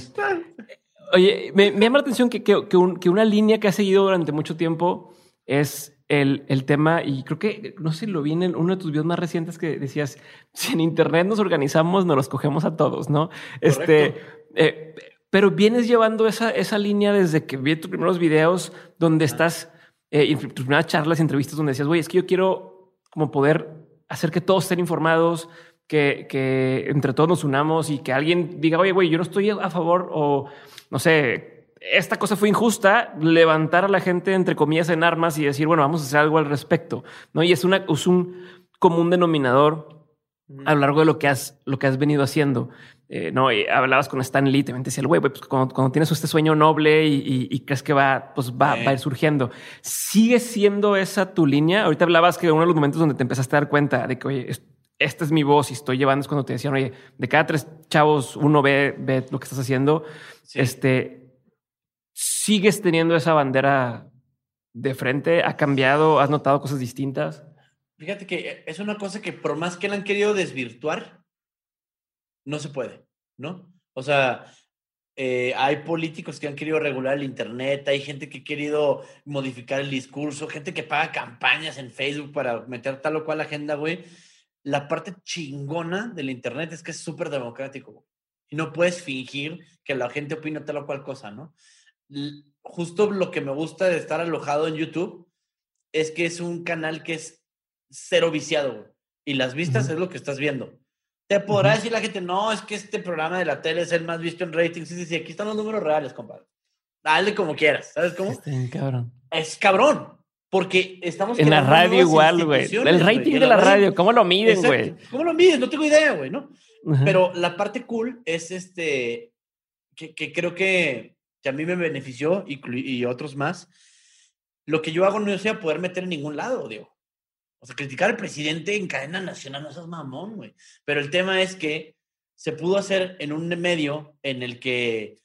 Oye, me, me llama la atención que, que, que, un, que una línea que has seguido durante mucho tiempo es el, el tema, y creo que, no sé si lo vi en uno de tus videos más recientes que decías, si en internet nos organizamos, nos los cogemos a todos, ¿no? Correcto. Este, eh, pero vienes llevando esa, esa línea desde que vi tus primeros videos donde ah. estás, eh, tus primeras charlas, entrevistas donde decías, güey, es que yo quiero como poder hacer que todos estén informados, que, que entre todos nos unamos y que alguien diga, oye, güey, yo no estoy a favor o no sé, esta cosa fue injusta, levantar a la gente, entre comillas, en armas y decir, bueno, vamos a hacer algo al respecto, ¿no? Y es, una, es un común denominador a lo largo de lo que has, lo que has venido haciendo. Eh, no, y hablabas con Stan Lee, también te decía el güey, pues cuando, cuando tienes este sueño noble y, y, y crees que va, pues va, eh. va a ir surgiendo. ¿Sigue siendo esa tu línea? Ahorita hablabas que uno de los momentos donde te empezaste a dar cuenta de que, oye, esta es mi voz y estoy llevando, es cuando te decían, oye, de cada tres chavos, uno ve, ve lo que estás haciendo. Sí. Este, ¿sigues teniendo esa bandera de frente? ¿Ha cambiado? ¿Has notado cosas distintas? Fíjate que es una cosa que por más que la han querido desvirtuar, no se puede, ¿no? O sea, eh, hay políticos que han querido regular el internet, hay gente que ha querido modificar el discurso, gente que paga campañas en Facebook para meter tal o cual agenda, güey. La parte chingona del internet es que es súper democrático, güey. Y no puedes fingir que la gente opina tal o cual cosa, ¿no? Justo lo que me gusta de estar alojado en YouTube es que es un canal que es cero viciado, güey. Y las vistas uh-huh. es lo que estás viendo. Te podrá uh-huh. decir la gente, no, es que este programa de la tele es el más visto en rating. Sí, sí, sí, aquí están los números reales, compadre. Dale como quieras, ¿sabes cómo? Está bien cabrón. Es cabrón. Porque estamos... En la radio igual, güey. El rating wey, de la radio, radio, ¿cómo lo miden, güey? ¿Cómo lo miden? No tengo idea, güey, ¿no? Uh-huh. Pero la parte cool es este... Que, que creo que, que a mí me benefició y, y otros más. Lo que yo hago no se va a poder meter en ningún lado, digo. O sea, criticar al presidente en cadena nacional, no seas mamón, güey. Pero el tema es que se pudo hacer en un medio en el que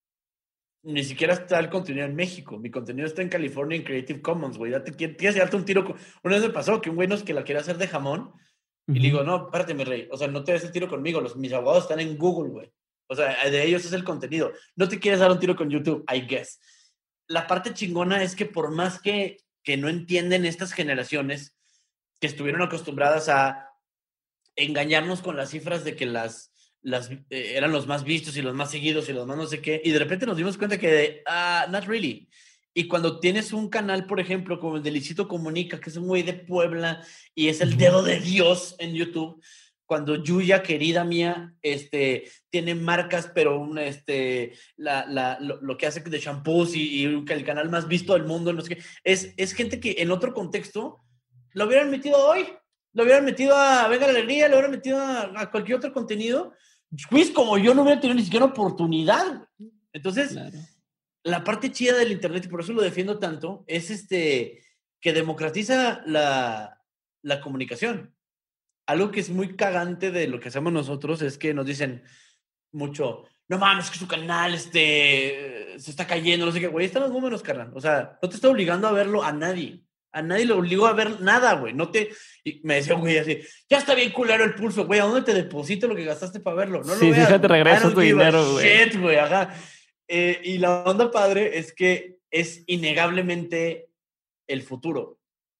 ni siquiera está el contenido en México. Mi contenido está en California en Creative Commons, güey. Date, tienes que darte un tiro. Con... Una vez me pasó que un güey nos que la quería hacer de jamón uh-huh. y le digo, no, párate, mi rey. O sea, no te des el tiro conmigo. Los, mis abogados están en Google, güey. O sea, de ellos es el contenido. No te quieres dar un tiro con YouTube, I guess. La parte chingona es que por más que, que no entienden estas generaciones que estuvieron acostumbradas a engañarnos con las cifras de que las, las eh, eran los más vistos y los más seguidos y los más no sé qué, y de repente nos dimos cuenta que de, uh, not really. Y cuando tienes un canal, por ejemplo, como el de Luisito Comunica, que es un güey de Puebla y es el dedo de Dios en YouTube, cuando Yuya, querida mía, este, tiene marcas, pero un, este, la, la, lo, lo que hace de shampoos y, y el canal más visto del mundo, no sé qué, es, es gente que en otro contexto lo hubieran metido hoy, lo hubieran metido a Venga la Alegría, lo hubieran metido a, a cualquier otro contenido. Pues como yo no hubiera tenido ni siquiera oportunidad. Entonces, claro. La parte chida del internet, y por eso lo defiendo tanto, es este, que democratiza la, la comunicación. Algo que es muy cagante de lo que hacemos nosotros es que nos dicen mucho, no mames, que su canal este, se está cayendo, no sé qué, güey, están los números, carnal. O sea, no te está obligando a verlo a nadie. A nadie le obligó a ver nada, güey. No te... Y me decía, güey, así, ya está bien culero el pulso, güey. ¿A dónde te deposito lo que gastaste para verlo? No sí, lo veas. fíjate, regreso tu dinero, güey. Shit, güey, ajá. Eh, y la onda padre es que es innegablemente el futuro.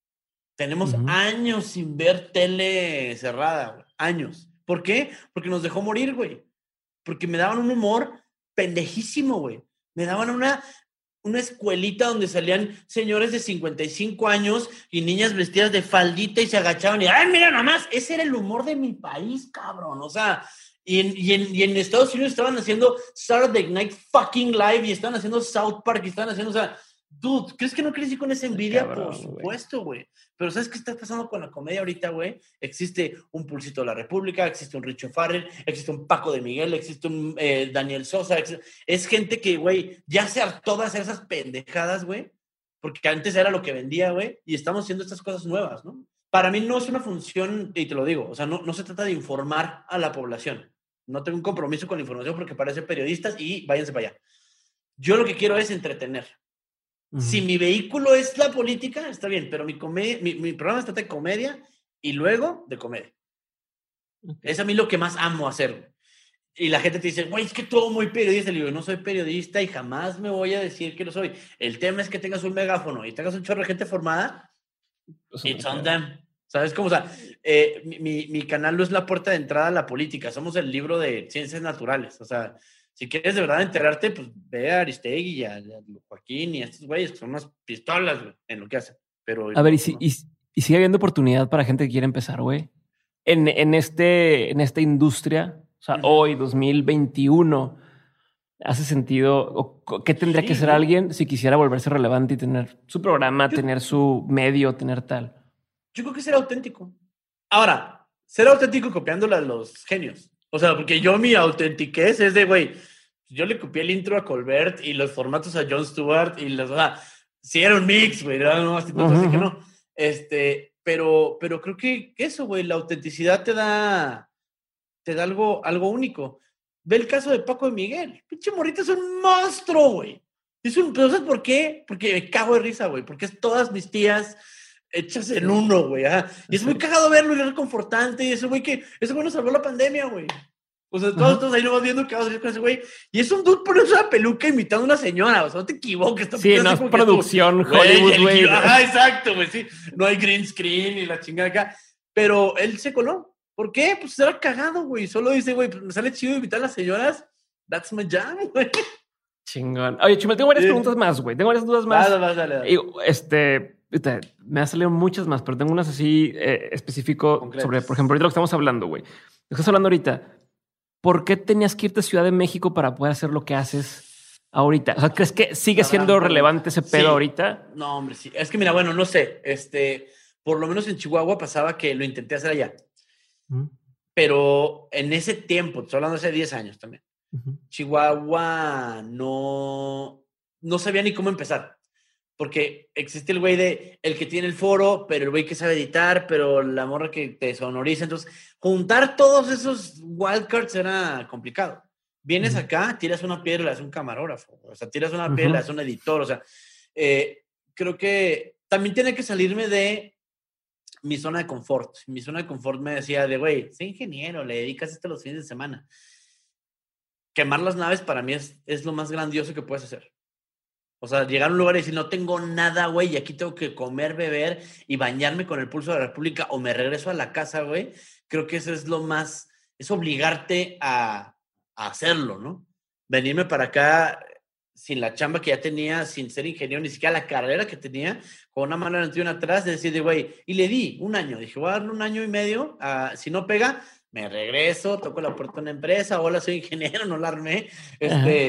Tenemos uh-huh. años sin ver tele cerrada, güey. Años. ¿Por qué? Porque nos dejó morir, güey. Porque me daban un humor pendejísimo, güey. Me daban una, una escuelita donde salían señores de cincuenta y cinco años y niñas vestidas de faldita y se agachaban y, ¡ay, mira nomás! Ese era el humor de mi país, cabrón. O sea, y en, y en, y en Estados Unidos estaban haciendo Saturday Night fucking Live y estaban haciendo South Park y estaban haciendo, o sea, dude, ¿crees que no crecí con esa envidia? Cabrón, por supuesto, güey. Pero ¿sabes qué está pasando con la comedia ahorita, güey? Existe un Pulsito de la República, existe un Richo Farrell, existe un Paco de Miguel, existe un eh, Daniel Sosa. Existe... Es gente que, güey, ya se hartó de hacer esas pendejadas, güey, porque antes era lo que vendía, güey, y estamos haciendo estas cosas nuevas, ¿no? Para mí no es una función, y te lo digo, o sea, no, no se trata de informar a la población. No tengo un compromiso con la información porque parece periodistas y váyanse para allá. Yo lo que quiero es entretener. Si mi vehículo es la política, está bien, pero mi, comedia, mi, mi programa está de comedia y luego de comedia. Okay. Es a mí lo que más amo hacer. Y la gente te dice, güey, es que tú muy periodista. Le digo, no soy periodista y jamás me voy a decir que lo soy. El tema es que tengas un megáfono y tengas un chorro de gente formada. Eso it's on them. ¿Sabes cómo? O sea, eh, mi, mi canal no es la puerta de entrada a la política. Somos el libro de ciencias naturales. O sea, si quieres de verdad enterarte, pues ve a Aristegui y a, a Joaquín y a estos güeyes que son unas pistolas, güey, en lo que hacen. Pero, a ver, ¿y, si, y, y sigue habiendo oportunidad para gente que quiere empezar, güey? En, en, este, en esta industria, o sea, uh-huh. hoy, dos mil veintiuno, ¿hace sentido? ¿Qué tendría sí, que ser ¿no? alguien si quisiera volverse relevante y tener su programa, yo, tener su medio, tener tal? Yo creo que ser auténtico. Ahora, ser auténtico copiándole a los genios. O sea, porque yo mi autentiquez es de, güey, yo le copié el intro a Colbert y los formatos a Jon Stewart y los, o sea, sí era un mix, güey, no, así, uh-huh. así que no. Este, pero, pero creo que eso, güey, la autenticidad te da, te da algo, algo único. Ve el caso de Paco de Miguel. Pinche morrito es un monstruo, güey. Es un, pero ¿sabes por qué? Porque me cago de risa, güey, porque es todas mis tías hechas en uno, güey. ¿Ah? Y es muy cagado verlo y es reconfortante. Y ese güey que, ese güey nos salvó la pandemia, güey. O sea, todos, uh-huh. todos ahí nomás viendo qué vas a hacer con ese güey. Y es un dude poniendo una peluca imitando a una señora. O sea, no te equivoques. Sí, no es producción tú, Hollywood, güey. Ajá, exacto, güey, sí. No hay green screen y la chingada acá. Pero él se coló. ¿Por qué? Pues era cagado, güey. Solo dice, güey, pues me sale chido imitar a las señoras. That's my jam, güey. Chingón. Oye, Chumel, tengo varias sí. preguntas más, güey. Tengo varias dudas más. Dale, dale, dale, dale. Y, este... Me han salido muchas más, pero tengo unas así eh, específico Concretos. Sobre, por ejemplo, ahorita lo que estamos hablando, güey. Estás hablando ahorita. ¿Por qué tenías que irte a Ciudad de México para poder hacer lo que haces ahorita? O sea, ¿crees que sigue siendo relevante ese pedo sí. ahorita? No, hombre, sí. Es que mira, bueno, no sé. Este, por lo menos en Chihuahua pasaba que lo intenté hacer allá. Uh-huh. Pero en ese tiempo, estoy hablando hace diez años también, uh-huh. Chihuahua no, no sabía ni cómo empezar. Porque existe el güey de el que tiene el foro, pero el güey que sabe editar, pero la morra que te sonoriza. Entonces, juntar todos esos wildcards era complicado. Vienes uh-huh. acá, tiras una piedra y le haces un camarógrafo. O sea, tiras una piedra y uh-huh. le haces un editor. O sea, eh, creo que también tiene que salirme de mi zona de confort. Mi zona de confort me decía de, güey, sé ingeniero, le dedicas esto los fines de semana. Quemar las naves para mí es, es lo más grandioso que puedes hacer. O sea, llegar a un lugar y decir, no tengo nada, güey, y aquí tengo que comer, beber y bañarme con el Pulso de la República o me regreso a la casa, güey. Creo que eso es lo más, es obligarte a, a hacerlo, ¿no? Venirme para acá sin la chamba que ya tenía, sin ser ingeniero, ni siquiera la carrera que tenía, con una mano adelante y una atrás, de decir, de, güey, y le di un año. Dije, voy a darle un año y medio, uh, si no pega, me regreso, toco la puerta de una empresa, hola, soy ingeniero, no la armé, este...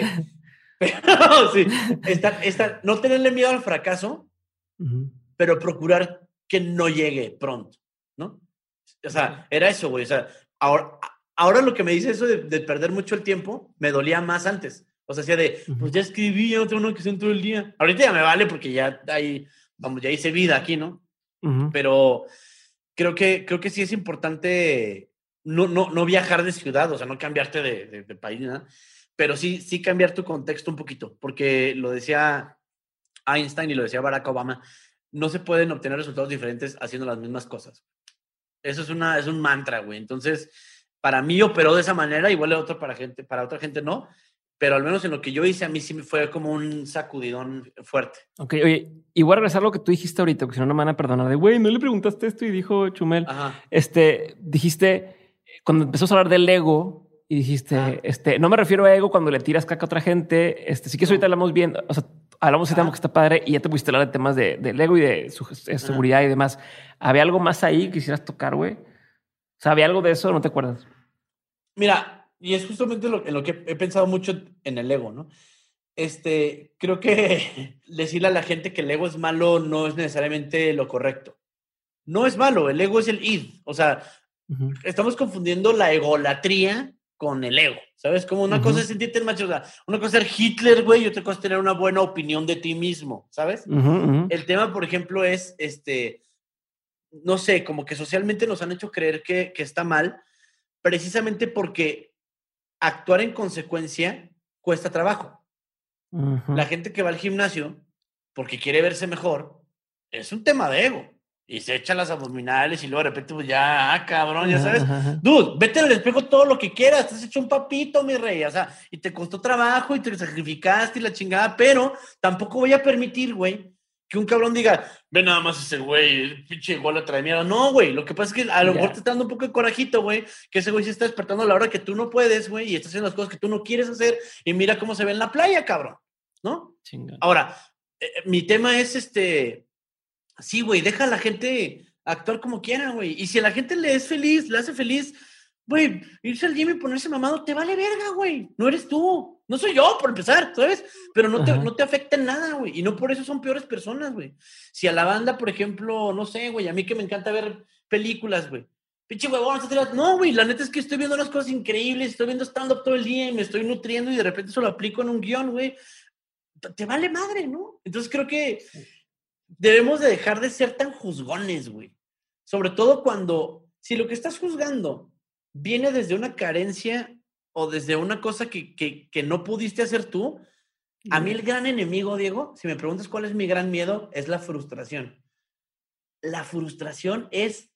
Pero sí, esta, esta, no tenerle miedo al fracaso, uh-huh. pero procurar que no llegue pronto, ¿no? O sea, era eso, güey. O sea, ahora, ahora lo que me dice eso de, de perder mucho el tiempo, me dolía más antes. O sea, hacía de, uh-huh. pues ya escribí, ya no tengo una cuestión todo el día. Ahorita ya me vale porque ya hay, vamos, ya hice vida aquí, ¿no? Uh-huh. Pero creo que, creo que sí es importante no, no, no viajar de ciudad, o sea, no cambiarte de, de, de país, ¿no? pero sí, sí cambiar tu contexto un poquito, porque lo decía Einstein y lo decía Barack Obama, no se pueden obtener resultados diferentes haciendo las mismas cosas. Eso es, una, es un mantra, güey. Entonces, para mí operó de esa manera, igual otro para, gente, para otra gente no, pero al menos en lo que yo hice, a mí sí me fue como un sacudidón fuerte. Ok, oye, y voy a regresar a lo que tú dijiste ahorita, porque si no, no me van a perdonar. De, güey, no le preguntaste esto y dijo Chumel. Ajá. Este, dijiste, cuando empezó a hablar del ego, y dijiste, ah. este, no me refiero a ego cuando le tiras caca a otra gente. Este, sí que eso ahorita hablamos bien, o sea, hablamos de temas que está padre y ya te pusiste a hablar de temas de, del ego y de su de seguridad y demás. ¿Había algo más ahí que quisieras tocar, güey? O sea, ¿había algo de eso? ¿No te acuerdas? Mira, y es justamente lo, en lo que he pensado mucho en el ego, ¿no? Este, creo que decirle a la gente que el ego es malo no es necesariamente lo correcto. No es malo, el ego es el id. O sea, uh-huh. estamos confundiendo la egolatría con el ego, ¿sabes? Como una uh-huh. cosa es sentirte macho, o sea, una cosa es ser Hitler, güey, y otra cosa es tener una buena opinión de ti mismo, ¿sabes? Uh-huh, uh-huh. El tema, por ejemplo, es, este, no sé, como que socialmente nos han hecho creer que, que está mal, precisamente porque actuar en consecuencia cuesta trabajo. Uh-huh. La gente que va al gimnasio porque quiere verse mejor, es un tema de ego. Y se echa las abdominales y luego de repente, pues ya, ah, cabrón, ya sabes. Uh-huh. Dude, vete al espejo todo lo que quieras. Te has hecho un papito, mi rey. O sea, y te costó trabajo y te sacrificaste y la chingada. Pero tampoco voy a permitir, güey, que un cabrón diga, ve nada más ese güey, el pinche gol trae mierda. No, güey. Lo que pasa es que a lo mejor yeah. te está dando un poco de corajito, güey, que ese güey se está despertando a la hora que tú no puedes, güey, y está haciendo las cosas que tú no quieres hacer. Y mira cómo se ve en la playa, cabrón. ¿No? Chingada. Ahora, eh, mi tema es este. Sí, güey, deja a la gente actuar como quiera, güey. Y si a la gente le es feliz, le hace feliz, güey, irse al gym y ponerse mamado, te vale verga, güey. No eres tú. No soy yo, por empezar, ¿sabes? Pero no te, no te afecta en nada, güey. Y no por eso son peores personas, güey. Si a la banda, por ejemplo, no sé, güey, a mí que me encanta ver películas, güey. Pinche huevón, no, güey, la neta es que estoy viendo unas cosas increíbles, estoy viendo stand-up todo el día y me estoy nutriendo y de repente eso lo aplico en un guión, güey. Te vale madre, ¿no? Entonces creo que debemos de dejar de ser tan juzgones, güey. Sobre todo cuando, si lo que estás juzgando viene desde una carencia o desde una cosa que, que, que no pudiste hacer tú, a mí el gran enemigo, Diego, si me preguntas cuál es mi gran miedo, es la frustración. La frustración es,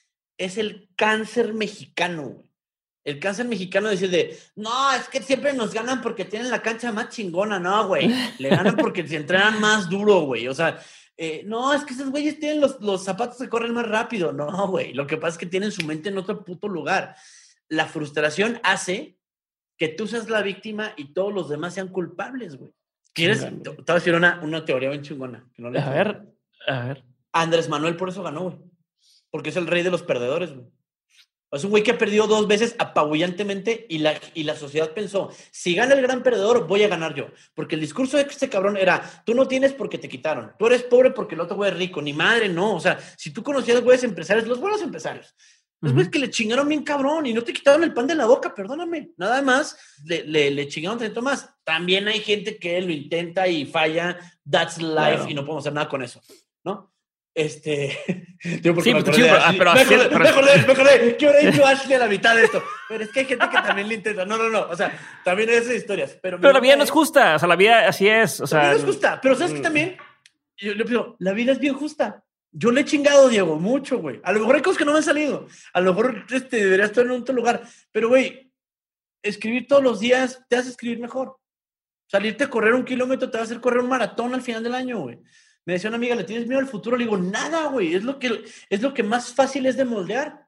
es el cáncer mexicano, güey. El cáncer mexicano decir de, no, es que siempre nos ganan porque tienen la cancha más chingona. No, güey, le ganan porque se entrenan más duro, güey. O sea, Eh, no, es que esos güeyes tienen los, los zapatos que corren más rápido. No, güey. Lo que pasa es que tienen su mente en otro puto lugar. La frustración hace que tú seas la víctima y todos los demás sean culpables, güey. ¿Quieres? Te, te voy a decir una, una teoría bien chingona. Que no le a ver, a ver. Andrés Manuel por eso ganó, güey. Porque es el rey de los perdedores, güey. Es un güey que ha perdido dos veces apabullantemente y la, y la sociedad pensó, si gana el gran perdedor, voy a ganar yo. Porque el discurso de este cabrón era, tú no tienes porque te quitaron. Tú eres pobre porque el otro güey es rico. Ni madre, no. O sea, si tú conocías güeyes empresarios, los buenos empresarios, los güeyes uh-huh. que le chingaron bien cabrón y no te quitaron el pan de la boca, perdóname. Nada más le, le, le chingaron tanto más. También hay gente que lo intenta y falla. That's life claro. Y no podemos hacer nada con eso, ¿no? Este. Digo, porque sí, me chido, pero, pero me acordé, me acordé, me acordé que hubiera dicho Ashley a la mitad de esto. Pero es que hay gente que también le intenta. No, no, no. O sea, también hay esas historias. Pero, pero la vida no es justa. O sea, la vida así es. O sea, la vida no es justa. Pero ¿sabes qué también? Yo le pido, la vida es bien justa. Yo le he chingado, Diego, mucho, güey. A lo mejor hay cosas que no me han salido. A lo mejor este, debería estar en otro lugar. Pero, güey, escribir todos los días te hace escribir mejor. Salirte a correr un kilómetro te va a hacer correr un maratón al final del año, güey. Me decía una amiga, ¿le tienes miedo al futuro? Le digo, nada, güey. Es lo que, es lo que más fácil es de moldear.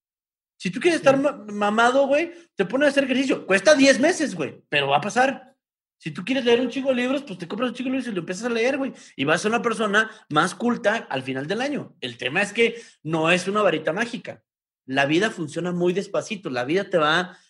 Si tú quieres sí. estar mamado, güey, te pones a hacer ejercicio. Cuesta diez meses, güey, pero va a pasar. Si tú quieres leer un chingo de libros, pues te compras un chingo de libros y lo empiezas a leer, güey. Y vas a ser una persona más culta al final del año. El tema es que no es una varita mágica. La vida funciona muy despacito. La vida te va a,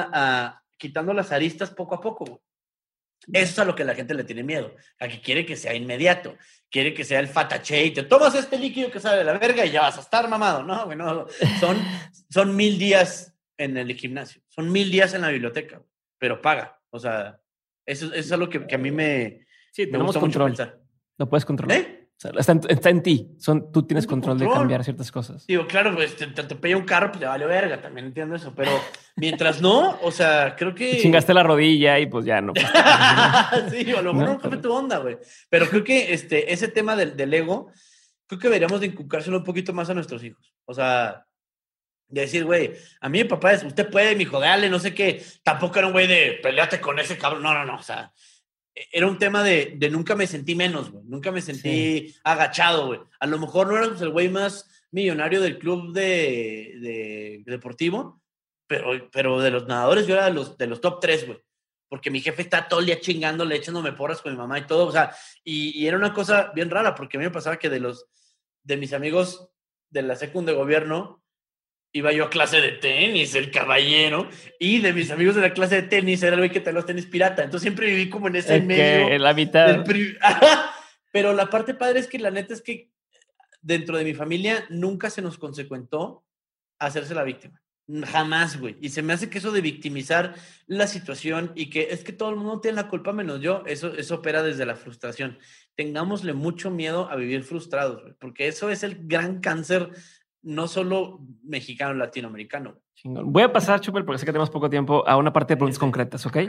a, quitando las aristas poco a poco, güey. Eso es a lo que la gente le tiene miedo, a que quiere que sea inmediato, quiere que sea el fatache y te tomas este líquido que sale de la verga y ya vas a estar mamado. No, güey, no. Son, son mil días en el gimnasio, son mil días en la biblioteca, pero paga. O sea, eso, eso es algo que, que a mí me, sí, me tenemos gusta control. mucho pensar. Lo puedes controlar. ¿Eh? O sea, está, en, está en ti. Son, tú tienes control, control de cambiar ciertas cosas. Digo, claro, pues te, te atropella un carro, pues ya vale verga, también entiendo eso. Pero mientras no, o sea, creo que... Te chingaste la rodilla y pues ya no. Pues, sí, a lo mejor no, no fue tu onda, güey. Pero creo que este, ese tema del, del ego, creo que deberíamos de inculcárselo un poquito más a nuestros hijos. O sea, de decir, güey, a mí mi papá es, usted puede, mijo, dale, no sé qué. Tampoco era un güey de, peleate con ese cabrón. No, no, no, o sea... Era un tema de, de nunca me sentí menos, güey. Nunca me sentí sí. agachado, güey. A lo mejor no éramos el güey más millonario del club de, de, de deportivo, pero, pero de los nadadores yo era de los, de los top tres, güey. Porque mi jefe está todo el día chingándole, echándome porras con mi mamá y todo. O sea, y, y era una cosa bien rara, porque a mí me pasaba que de los de mis amigos de la secund de gobierno, iba yo a clase de tenis, el caballero, y de mis amigos de la clase de tenis era el güey que traía los tenis pirata. Entonces siempre viví como en ese es medio. En la mitad. Pri... Pero la parte padre es que la neta es que dentro de mi familia nunca se nos consecuentó hacerse la víctima. Jamás, güey. Y se me hace que eso de victimizar la situación y que es que todo el mundo tiene la culpa menos yo, eso, eso opera desde la frustración. Tengámosle mucho miedo a vivir frustrados, güey, porque eso es el gran cáncer no solo mexicano, latinoamericano. Chingón. Voy a pasar, Chupel, porque sé que tenemos poco tiempo, a una parte de preguntas concretas, ¿ok?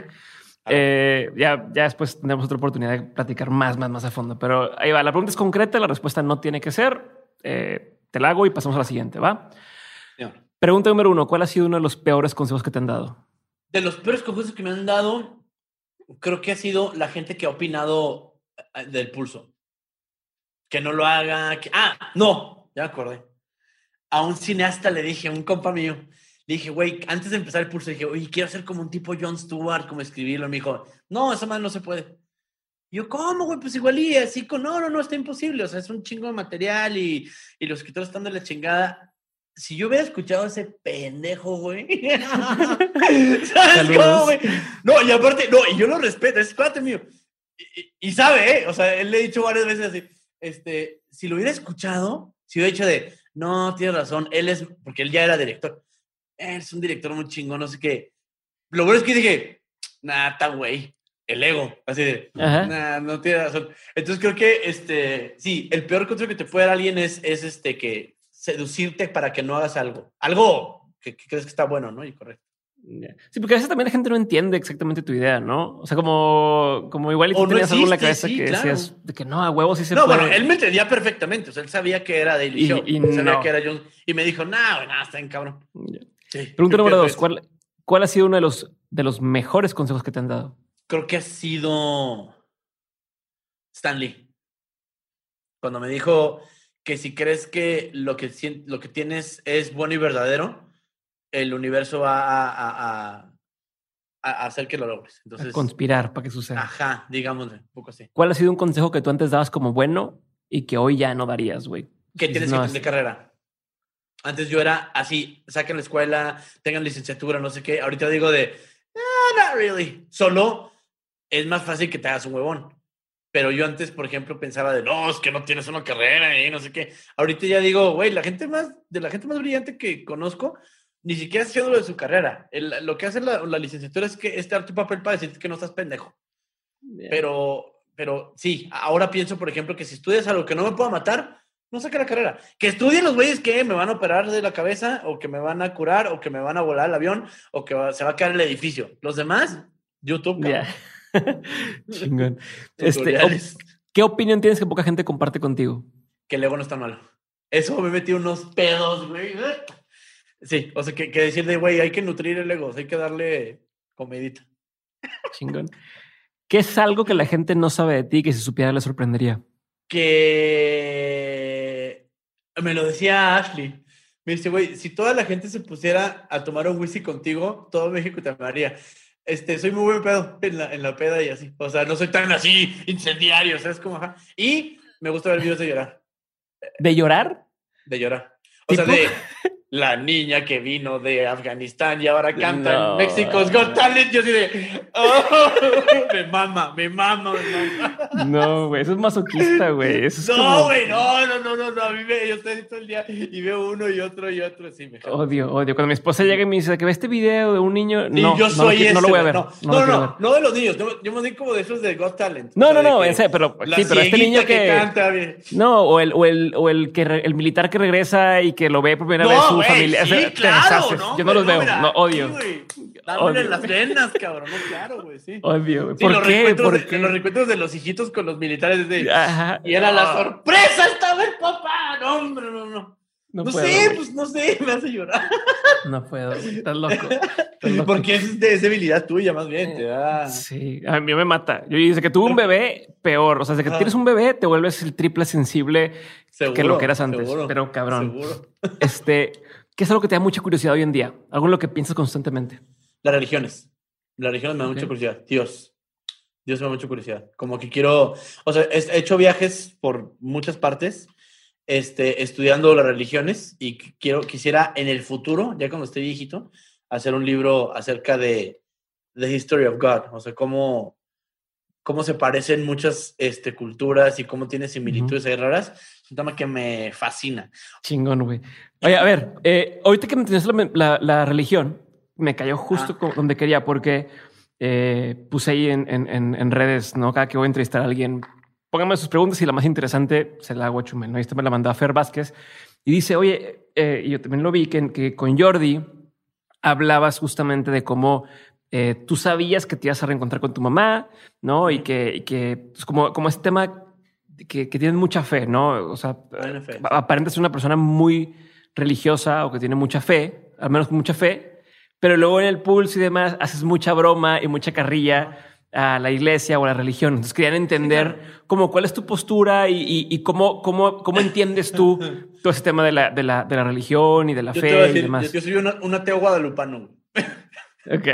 Eh, ya, ya después tendremos otra oportunidad de platicar más, más, más a fondo. Pero ahí va, la pregunta es concreta, la respuesta no tiene que ser. Eh, te la hago y pasamos a la siguiente, ¿va? Yeah. Pregunta número uno, ¿cuál ha sido uno de los peores consejos que te han dado? De los peores consejos que me han dado, creo que ha sido la gente que ha opinado del pulso. Que no lo haga. Que... Ah, no, ya me acordé. A un cineasta le dije, a un compa mío, le dije, güey, antes de empezar el pulso, dije, oye, quiero ser como un tipo Jon Stewart, como escribirlo. Me dijo, no, esa madre no se puede. Y yo, ¿cómo, güey? Pues igual y así, con, no, no, no, está imposible. O sea, es un chingo de material y, y los escritores están de la chingada. Si yo hubiera escuchado a ese pendejo, güey. ¿Sabes cómo, güey? No, y aparte, no, y yo lo respeto, es cuate mío. Y, y, y sabe, ¿eh? O sea, él le he dicho varias veces así, este, si lo hubiera escuchado, si hubiera dicho de, no, tienes razón, él es, porque él ya era director. Él es un director muy chingón, no sé qué. Lo bueno es que dije, nah, está güey, el ego, así de, Ajá. nah, no tiene razón. Entonces creo que, este, sí, el peor consejo que te puede dar alguien es, es este, que seducirte para que no hagas algo. Algo que, que crees que está bueno, ¿no? Y correcto. Sí, porque a veces también la gente no entiende exactamente tu idea, ¿no? O sea, como, como igual y tú tenías no algo en la cabeza sí, que claro. decías de que no, a huevos sí se no, puede. No, bueno, él me entendía perfectamente. O sea, él sabía que era Daily y, Show. Y él sabía no. que era yo. Y me dijo, no, no, está bien, cabrón. Sí, Pregunta número dos. ¿Cuál, ¿Cuál ha sido uno de los, de los mejores consejos que te han dado? Creo que ha sido Stan Lee. Cuando me dijo que si crees que lo que, lo que tienes es bueno y verdadero, el universo va a, a, a, a hacer que lo logres. Entonces, a conspirar para que suceda. Ajá, digámosle, un poco así. ¿Cuál ha sido un consejo que tú antes dabas como bueno y que hoy ya no darías, güey? Que tienes no, que tener es... carrera. Antes yo era así, saquen la escuela, tengan licenciatura, no sé qué. Ahorita digo de, ah, not really. Solo es más fácil que te hagas un huevón. Pero yo antes, por ejemplo, pensaba de, no, es que no tienes una carrera y no sé qué. Ahorita ya digo, güey, la gente más, de la gente más brillante que conozco, ni siquiera está haciendo lo de su carrera. El, lo que hace la, la licenciatura es que es dar tu papel para decirte que no estás pendejo. Yeah. Pero, pero sí, ahora pienso, por ejemplo, que si estudias algo que no me pueda matar, no saque la carrera. Que estudien los güeyes que me van a operar de la cabeza, o que me van a curar, o que me van a volar el avión, o que va, se va a caer el edificio. Los demás, YouTube. Yeah. Chingón. Este, ¿qué opinión tienes que poca gente comparte contigo? Que el ego no está malo. Eso me metí unos pedos, güey. Sí, o sea, que, que decirle, güey, hay que nutrir el ego, hay que darle comidita. Chingón. ¿Qué es algo que la gente no sabe de ti que si supiera le sorprendería? Que me lo decía Ashley. Me dice, güey, si toda la gente se pusiera a tomar un whisky contigo, todo México te amaría. Este, soy muy buen pedo en la, en la peda y así. O sea, no soy tan así incendiario, ¿sabes cómo? Ajá. Y me gusta ver videos de llorar. ¿De llorar? De llorar. O ¿tipo? sea, de la niña que vino de Afganistán y ahora canta No. en México's Got Talent. Yo así de, oh, me mama, me mama, me mama. No, güey, eso es masoquista, güey. Eso es No, como- güey, no, no, no, no, no, a mí me, yo estoy todo el día y veo uno y otro y otro, sí, me jalo. Odio, odio. Cuando mi esposa llega y me dice que ve este video de un niño, Y no, yo no, soy lo, qui- ese, no lo voy a güey, ver. No, No, no, lo quiero no, ver. no de los niños, no, yo me di como de esos de Got Talent. No, o sea, no, de no, que en serio, pero la sí, pero este cieguita niño que, canta, bien. no, o el, o el, o el que re- el militar que regresa y que lo ve por primera No, vez su güey, familia. sí, Ese- te claro, deshaces. no, Yo no los güey, veo, mira, no, odio. sí, güey, dándole Odio. las venas, cabrón, no, claro, güey, sí. Odio, güey. Sí, ¿Por los qué? reencuentros ¿Por de- qué? Los reencuentros de los hijitos con los militares de... Ajá. Y era la Ah, sorpresa, estaba el papá. No, hombre, no, no. No No, puedo, sé, güey. pues no sé, me hace llorar. No puedo, güey. Estás loco. Estás loco. Porque es de esa habilidad tuya, más bien, te da... Sí, a mí me mata. Yo desde que tuve un bebé, peor. O sea, desde que Ah. tienes un bebé, te vuelves el triple sensible Seguro, que lo que eras antes. seguro, Pero cabrón. Seguro. Este, ¿qué es algo que te da mucha curiosidad hoy en día? Algo en lo que piensas constantemente. Las religiones. Las religiones me dan Ok. mucha curiosidad. Dios. Dios me da mucha curiosidad. Como que quiero... O sea, he he hecho viajes por muchas partes este, estudiando las religiones y qu- quiero, quisiera en el futuro, ya cuando esté viejito, hacer un libro acerca de The History of God. O sea, cómo, cómo se parecen muchas este, culturas y cómo tiene similitudes ahí raras. Es un tema que me fascina. Chingón, güey. Oye, a ver, eh, ahorita que me mencionaste la, la- la religión, me cayó justo Ah. co- donde quería, porque eh, puse ahí en, en- en- en redes, ¿no? Cada que voy a entrevistar a alguien, pónganme sus preguntas y la más interesante se la hago a Chumel, ¿no? Y esta me la mandó a Fer Vázquez y dice, oye, eh, y yo también lo vi, que, que con Jordi hablabas justamente de cómo eh, tú sabías que te ibas a reencontrar con tu mamá, ¿no? Y que, y que pues, como, como ese tema que, que tienes mucha fe, ¿no? O sea, Buena fe. aparentas ser una persona muy religiosa o que tiene mucha fe, al menos con mucha fe, pero luego en el Pulse y demás haces mucha broma y mucha carrilla a la iglesia o a la religión. Entonces querían entender Sí, claro. como cuál es tu postura y, y, y cómo, cómo, cómo entiendes tú todo ese tema de la, de la, de la religión y de la Yo te fe voy a y decir, demás. yo, yo soy una- un ateo guadalupano. Ok.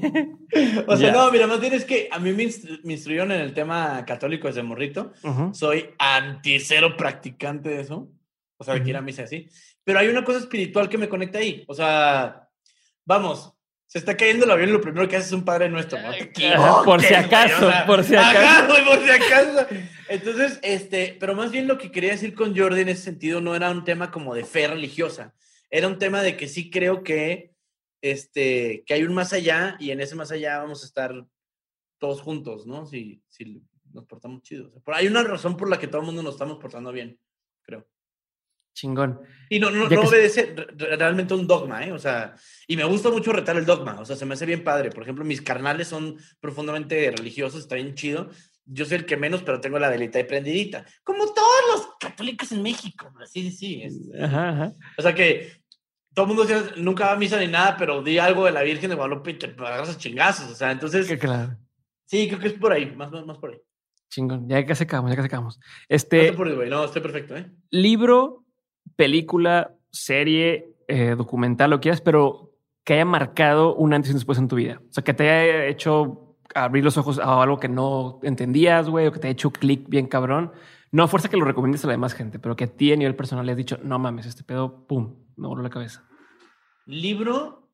O sea, Ya. no, mira, más bien es que a mí me, instru- me instruyeron en el tema católico desde morrito. Ujú. Soy anti cero practicante de eso. O sea, de que ir a Ujú. misa así. Pero hay una cosa espiritual que me conecta ahí. O sea, vamos, se está cayendo el avión y lo primero que haces es un Padre Nuestro. No te Ajá, por si equivoques, güey, acaso, o sea, por si ajá, acaso. güey, por si acaso. Entonces, este, pero más bien lo que quería decir con Jordi en ese sentido no era un tema como de fe religiosa. Era un tema de que sí creo que, este, que hay un más allá y en ese más allá vamos a estar todos juntos, ¿no? Si, si nos portamos chidos. O sea, por- hay una razón por la que todo el mundo nos estamos portando bien, creo. Chingón. Y no, no, Ya no que- obedece re- re- realmente un dogma, ¿eh? O sea, y me gusta mucho retar el dogma, o sea, se me hace bien padre. Por ejemplo, mis carnales son profundamente religiosos, está bien chido. Yo soy el que menos, pero tengo la velita ahí prendidita. Como todos los católicos en México. Sí, sí, sí. es- Ajá, ajá. O sea que todo el mundo dice, nunca va a misa ni nada, pero di algo de la Virgen de Guadalupe y te agarras a chingazos. O sea, entonces, Que claro. sí, creo que es por ahí, más, más, más por ahí. Chingón. Ya que se acabamos, ya que se acabamos. No Este te apures, güey, no, estoy perfecto, ¿eh? libro, película, serie, eh, documental, lo que quieras, pero que haya marcado un antes y un después en tu vida. O sea, que te haya hecho abrir los ojos a algo que no entendías, güey, o que te haya hecho clic bien cabrón. No a fuerza que lo recomiendes a la demás gente, pero que a ti a nivel personal le has dicho, no mames, este pedo, pum, me voló la cabeza. Libro,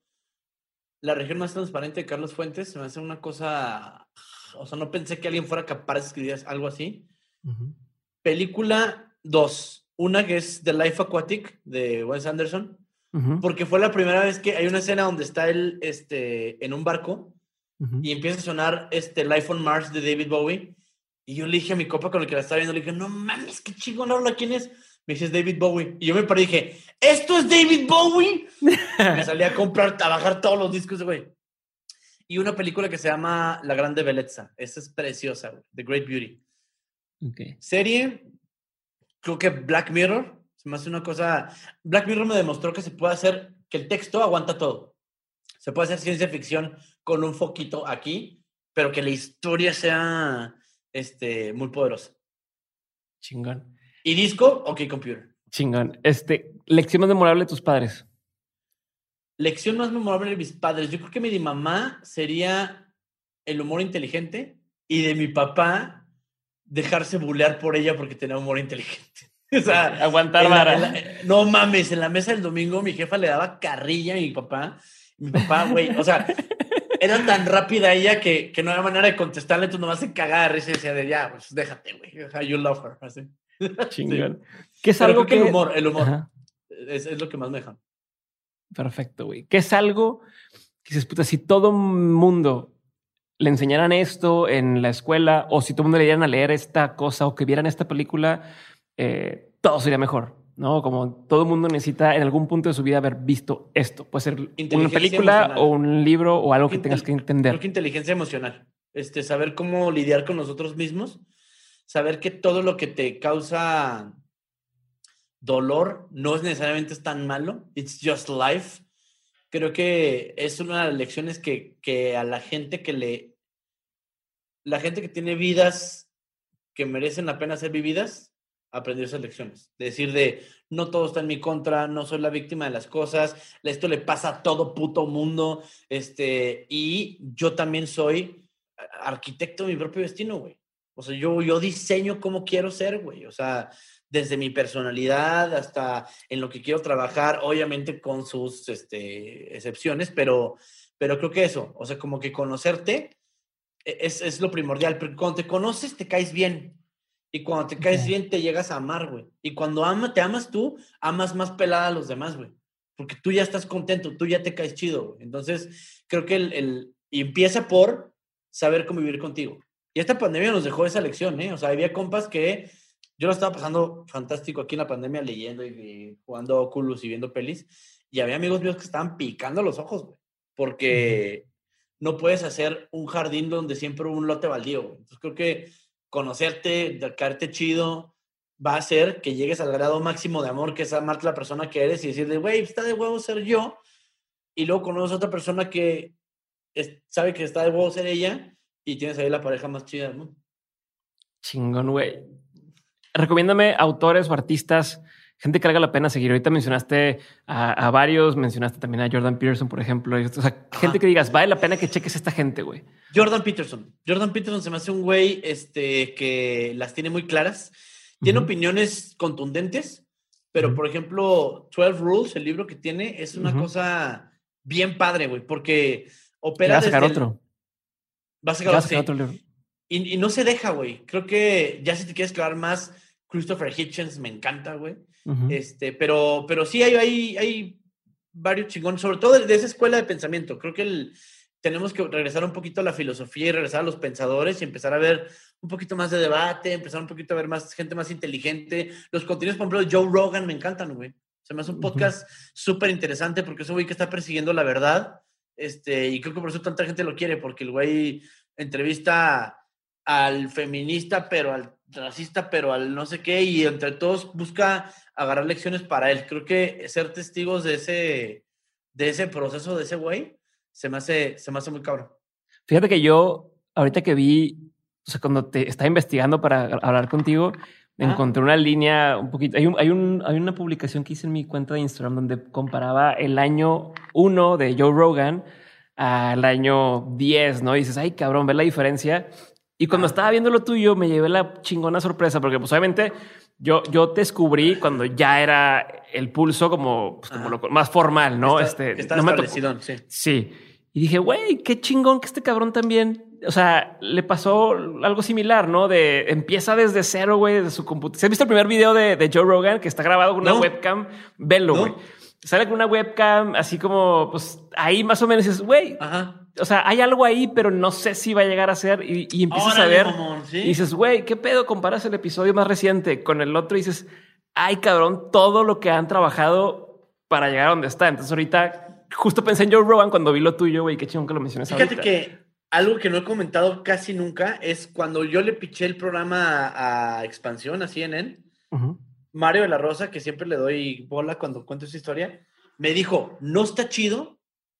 La región más transparente de Carlos Fuentes, se me hace una cosa, o sea, no pensé que alguien fuera capaz de escribir algo así. Ujú. Película, dos. Una que es The Life Aquatic de Wes Anderson, Ujú. porque fue la primera vez que hay una escena donde está él este, en un barco Ujú. y empieza a sonar este Life on Mars de David Bowie. Y yo le dije a mi copa con el que la estaba viendo, le dije, no mames, qué chingón, rola, ¿quién es? Me dice, es David Bowie. Y yo me paré y dije, ¿esto es David Bowie? Me salí a comprar, a bajar todos los discos, güey. Y una película que se llama La Grande Bellezza. Esa es preciosa, güey. The Great Beauty. Ok. Serie, creo que Black Mirror. Se me hace una cosa... Black Mirror me demostró que se puede hacer, que el texto aguanta todo. Se puede hacer ciencia ficción con un foquito aquí, pero que la historia sea este, muy poderosa. Chingón. Y disco, OK Computer. Chingón. Este, lección más memorable de tus padres. Lección más memorable de mis padres. Yo creo que mi de mamá sería el humor inteligente y de mi papá dejarse bulear por ella porque tenía humor inteligente. O sea, aguantar en la- vara. en la- no mames, en la mesa del domingo mi jefa le daba carrilla a mi papá. Mi papá, güey, o sea, era tan rápida ella que, que no había manera de contestarle, tú nomás se cagaba de risa y decía de ya, pues déjate, güey. O sea, you love her. Así. Chingón. Sí. ¿Qué es Pero algo creo que que... el humor, el humor Ajá. es, es lo que más me deja. Perfecto, güey. ¿Qué es algo que dices, puta, si todo mundo le enseñaran esto en la escuela o si todo el mundo le dieran a leer esta cosa o que vieran esta película, eh, todo sería mejor, ¿no? Como todo el mundo necesita en algún punto de su vida haber visto esto. Puede ser una Inteligencia película emocional. o un libro o algo que Creo tengas que Creo entender. que inteligencia emocional. Este, saber cómo lidiar con nosotros mismos, saber que todo lo que te causa dolor no es necesariamente es tan malo. It's just life. Creo que es una de las lecciones que, que a la gente que le... La gente que tiene vidas que merecen la pena ser vividas, aprender esas lecciones. De decir de, no todo está en mi contra, no soy la víctima de las cosas, esto le pasa a todo puto mundo, este, y yo también soy arquitecto de mi propio destino, güey. O sea, yo, yo diseño cómo quiero ser, güey. O sea, desde mi personalidad hasta en lo que quiero trabajar, obviamente con sus este, excepciones, pero, pero creo que eso, o sea, como que conocerte es, es lo primordial, porque cuando te conoces te caes bien. Y cuando te caes Ok. bien, te llegas a amar, güey. Y cuando ama, te amas tú, amas más pelada a los demás, güey. Porque tú ya estás contento, tú ya te caes chido, güey. Entonces, creo que el, el... Y empieza por saber convivir contigo. Y esta pandemia nos dejó esa lección, ¿eh? O sea, había compas que... Yo lo estaba pasando fantástico aquí en la pandemia, leyendo y, y jugando Oculus y viendo pelis. Y había amigos míos que estaban picando los ojos, güey. Porque no puedes hacer un jardín donde siempre hubo un lote baldío, güey. Entonces, creo que conocerte, de caerte chido, va a hacer que llegues al grado máximo de amor, que es amarte la persona que eres y decirle, güey, está de huevo ser yo, y luego conoces a otra persona que es, sabe que está de huevo ser ella, y tienes ahí la pareja más chida, ¿no? Chingón, güey. Recomiéndame autores o artistas, gente que valga la pena seguir. Ahorita mencionaste a, a varios, mencionaste también a Jordan Peterson, por ejemplo. O sea, Ajá. gente que digas, vale la pena que cheques a esta gente, güey. Jordan Peterson. Jordan Peterson se me hace un güey este, que las tiene muy claras. Tiene Uh-huh. opiniones contundentes, pero Uh-huh. por ejemplo, twelve Rules, el libro que tiene, es una Uh-huh. cosa bien padre, güey, porque Que opera va a sacar desde el- otro. Va a Que sacar, va a sí. sacar otro libro. Y, y no se deja, güey. Creo que ya si te quieres clavar más, Christopher Hitchens me encanta, güey. Uh-huh. Este, pero, pero sí hay, hay, hay varios chingones, sobre todo de, de esa escuela de pensamiento. Creo que el, tenemos que regresar un poquito a la filosofía y regresar a los pensadores y empezar a ver un poquito más de debate, empezar un poquito a ver más gente más inteligente. Los contenidos, por ejemplo, de Joe Rogan me encantan, güey. Se me hace un podcast súper interesante porque es un güey que está persiguiendo la verdad. Este, y creo que por eso tanta gente lo quiere, porque el güey entrevista al feminista, pero al racista, pero al no sé qué, y entre todos busca agarrar lecciones para él. Creo que ser testigos de ese, de ese proceso de ese güey se me hace, se me hace muy cabrón. Fíjate que yo, ahorita que vi, o sea, cuando te estaba investigando para hablar contigo, ¿Ah? encontré una línea un poquito. Hay, un, hay, un, hay una publicación que hice en mi cuenta de Instagram donde comparaba el año uno de Joe Rogan al año diez, ¿no? Y dices, ay, cabrón, ve la diferencia. Y cuando Ah. estaba viendo lo tuyo, me llevé la chingona sorpresa, porque pues obviamente yo, yo te descubrí cuando ya era el pulso como, pues, como lo más formal, ¿no? Está, este, que está no me tocó. establecido, sí. Sí. Y dije, güey, qué chingón que este cabrón también, o sea, le pasó algo similar, ¿no? De empieza desde cero, güey, desde su computadora. ¿Se has visto el primer video de, de Joe Rogan que está grabado con una No. webcam? Velo, güey. No. Sale con una webcam así como, pues ahí más o menos dices, güey, Ajá. o sea, hay algo ahí, pero no sé si va a llegar a ser. Y, y empiezas Órale, a ver mamón, ¿sí? y dices, güey, ¿qué pedo? Comparas el episodio más reciente con el otro y dices, ay, cabrón, todo lo que han trabajado para llegar a donde está. Entonces ahorita justo pensé en Joe Rogan cuando vi lo tuyo, güey, qué chingón que lo mencionas. Fíjate ahorita. que algo que no he comentado casi nunca es cuando yo le piché el programa a, a Expansión, a C N N, Uh-huh. Mario de la Rosa, que siempre le doy bola cuando cuento esa historia, me dijo, no está chido,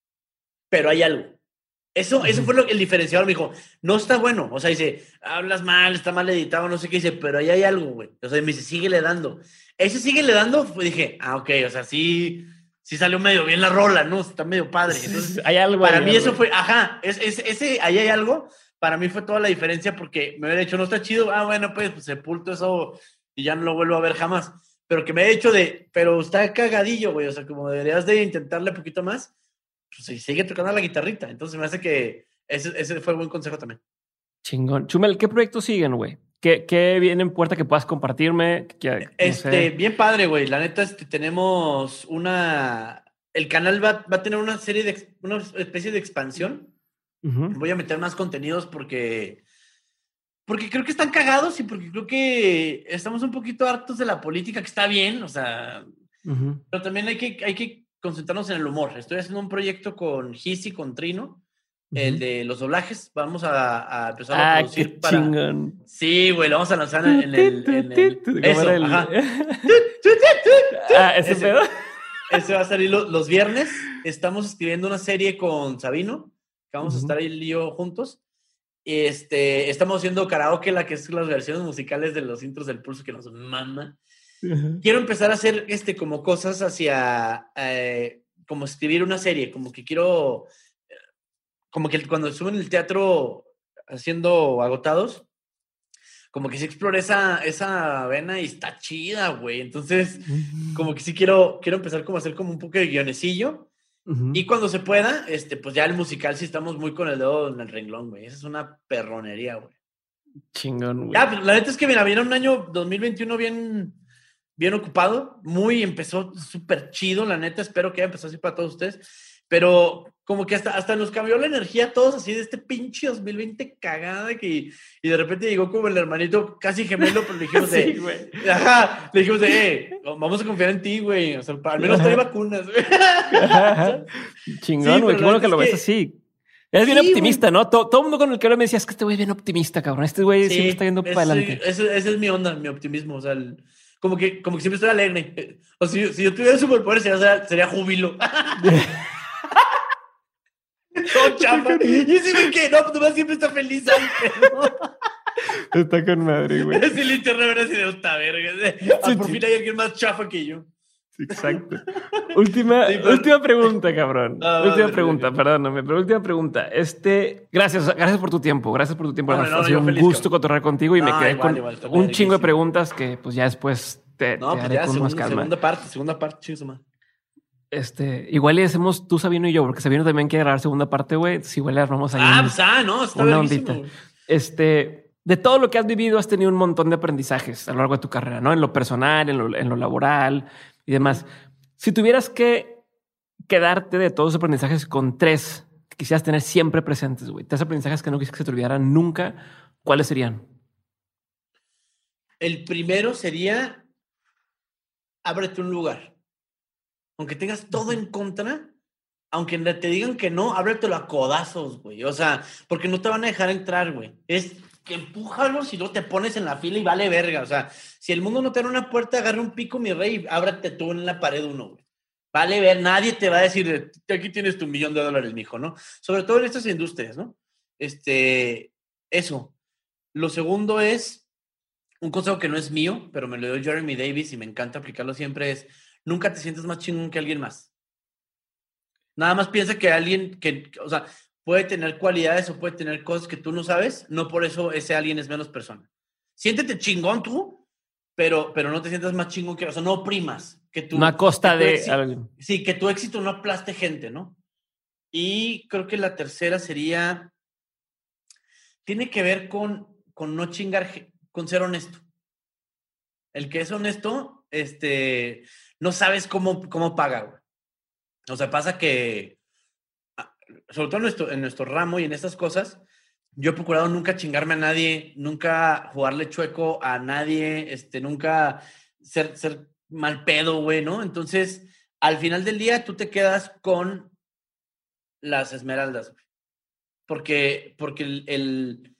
pero hay algo. Eso, uh-huh. eso fue lo, el diferenciador. Me dijo, no está bueno. O sea, dice, hablas mal, está mal editado, no sé qué. Dice, pero ahí hay algo, güey. O sea, me dice, síguele dando. Ese síguele dando, pues dije, ah, ok, o sea, sí, sí salió medio bien la rola, ¿no? Está medio padre. Entonces, hay algo. Para hay mí algo. eso fue, ajá, es, es, ese, ahí hay algo. Para mí fue toda la diferencia porque me hubiera dicho, no está chido. Ah, bueno, pues, pues sepulto eso y ya no lo vuelvo a ver jamás. Pero que me he hecho de, pero está cagadillo, güey, o sea, como deberías de intentarle un poquito más, pues sí, sigue tocando la guitarrita. Entonces me hace que ese, ese fue buen consejo también. Chingón. Chumel, ¿qué proyectos siguen, güey? ¿Qué, ¿Qué viene en puerta que puedas compartirme? Que, no este, sé. bien padre, güey. La neta, este, tenemos una... El canal va, va a tener una serie de... Una especie de expansión. Uh-huh. Voy a meter más contenidos porque... Porque creo que están cagados y porque creo que estamos un poquito hartos de la política, que está bien, o sea... Uh-huh. Pero también hay que, hay que concentrarnos en el humor. Estoy haciendo un proyecto con Giz y con Trino. Uh-huh. El de los doblajes, vamos a, a empezar a ah, producir qué para... chingón. Sí, güey, lo vamos a lanzar en el... En el... Eso, el... ajá. ah, ¿ese, ese pedo? Ese va a salir los, los viernes. Estamos escribiendo una serie con Sabino, que vamos uh-huh. a estar él y yo juntos. Este, estamos haciendo karaoke, la que es las versiones musicales de los intros del Pulso, que nos mama. Uh-huh. Quiero empezar a hacer este, como cosas hacia... Eh, como escribir una serie, como que quiero... Como que cuando estuve en el teatro haciendo Agotados, como que sí exploré esa, esa vena y está chida, güey. Entonces, uh-huh. como que sí quiero, quiero empezar como a hacer como un poco de guionecillo. Uh-huh. Y cuando se pueda, este, pues ya el musical sí estamos muy con el dedo en el renglón, güey. Esa es una perronería, güey. Chingón, güey. Ya, pues, la neta es que, mira, viene un año dos mil veintiuno bien, bien ocupado. Muy, empezó súper chido, la neta. Espero que haya empezado así para todos ustedes. Pero como que hasta, hasta nos cambió la energía a todos así de este pinche dos mil veinte cagada que, y de repente llegó como el hermanito casi gemelo, pero le dijimos de, sí, güey. Ajá, le dijimos de, eh, vamos a confiar en ti, güey, o sea, al menos trae vacunas, güey. Chingón, güey, sí, qué bueno que lo ves que... así. Eres bien sí, optimista, güey. ¿No? Todo, todo el mundo con el que hablo me decía, es que este güey es bien optimista, cabrón, este güey sí, siempre está yendo para adelante. Esa es mi onda, mi optimismo, o sea, el, como, que, como que siempre estoy alegre. O sea, si, si yo tuviera superpoder sería, sería júbilo. Todo chafa. Y ese güey que no, nomás siempre está feliz. ¿No? Está con madre, güey. Es el internet así de esta verga. Ah, por fin hay alguien más chafa que yo. Sí, exacto. última, sí, pero... última pregunta, cabrón. Ah, última vale, pregunta, vale. Perdóname, pero última pregunta. Este, gracias, gracias por tu tiempo. Gracias por tu tiempo. No, no, ha sido un feliz, gusto cotorrear contigo y no, me quedé igual, con igual, un chingo de preguntas que pues ya después te, no, te pues haré ya, con segunda, más calma. Segunda parte, segunda parte, chingo más. Este, igual le hacemos tú, Sabino y yo, porque Sabino también quiere grabar segunda parte, güey. Si igual le armamos ahí. Ah, un, pues ah, no, está una ondita. Este, de todo lo que has vivido, has tenido un montón de aprendizajes a lo largo de tu carrera, ¿no? En lo personal, en lo, en lo laboral y demás. Si tuvieras que quedarte de todos los aprendizajes con tres que quisieras tener siempre presentes, güey, tres aprendizajes que no quisieras que se te olvidaran nunca, ¿cuáles serían? El primero sería ábrete un lugar. Aunque tengas todo en contra, aunque te digan que no, ábretelo a codazos, güey. O sea, porque no te van a dejar entrar, güey. Es que empújalos y luego te pones en la fila y vale verga. O sea, si el mundo no te abre una puerta, agarra un pico, mi rey, y ábrate tú en la pared uno, güey. Vale ver, nadie te va a decir, aquí tienes tu millón de dólares, mijo, ¿no? Sobre todo en estas industrias, ¿no? Este, eso. Lo segundo es, un consejo que no es mío, pero me lo dio Jeremy Davis y me encanta aplicarlo siempre, es nunca te sientes más chingón que alguien más. Nada más piensa que alguien que, o sea, puede tener cualidades o puede tener cosas que tú no sabes, no por eso ese alguien es menos persona. Siéntete chingón tú, pero, pero no te sientas más chingón que, o sea, no oprimas. Que tú, no a costa que de... Éxito, sí, que tu éxito no aplaste gente, ¿no? Y creo que la tercera sería, tiene que ver con, con no chingar, con ser honesto. El que es honesto, este, no sabes cómo, cómo paga, güey. O sea, pasa que, sobre todo en nuestro, en nuestro ramo y en estas cosas, yo he procurado nunca chingarme a nadie, nunca jugarle chueco a nadie, este, nunca ser, ser mal pedo, güey, ¿no? Entonces, al final del día, tú te quedas con las esmeraldas, güey. Porque, porque el, el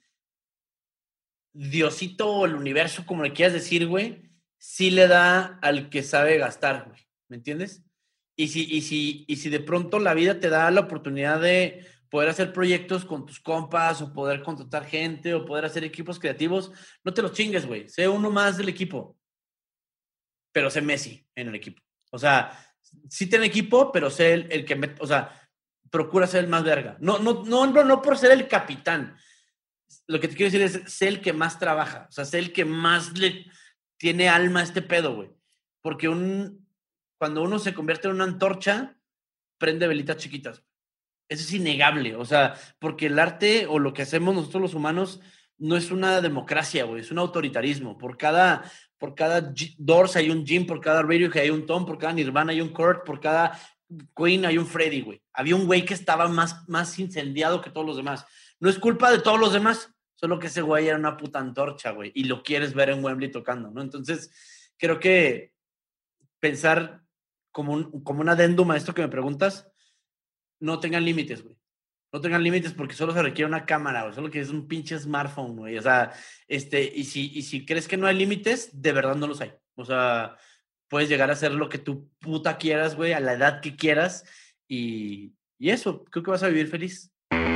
Diosito o el universo, como le quieras decir, güey, sí le da al que sabe gastar, güey. ¿Me entiendes? Y si, y, si, y si de pronto la vida te da la oportunidad de poder hacer proyectos con tus compas o poder contratar gente o poder hacer equipos creativos, no te los chingues, güey. Sé uno más del equipo. Pero sé Messi en el equipo. O sea, sí tiene equipo, pero sé el, el que... Me, o sea, procura ser el más verga. No, no, no, no, no por ser el capitán. Lo que te quiero decir es sé el que más trabaja. O sea, sé el que más le... tiene alma este pedo, güey. Porque un, cuando uno se convierte en una antorcha, prende velitas chiquitas. Eso es innegable, o sea, porque el arte o lo que hacemos nosotros los humanos no es una democracia, güey, es un autoritarismo. Por cada, por cada G- Doors hay un Jim, por cada Radiohead hay un Tom, por cada Nirvana hay un Kurt, por cada Queen hay un Freddy, güey. Había un güey que estaba más, más incendiado que todos los demás. No es culpa de todos los demás, solo que ese güey era una puta antorcha, güey, y lo quieres ver en Wembley tocando, ¿no? Entonces, creo que pensar como un, como un adendum a esto que me preguntas, no tengan límites, güey. No tengan límites porque solo se requiere una cámara, güey. Solo que es un pinche smartphone, güey. O sea, este, y si, y si crees que no hay límites, de verdad no los hay. O sea, puedes llegar a hacer lo que tu puta quieras, güey, a la edad que quieras. Y, y eso, creo que vas a vivir feliz.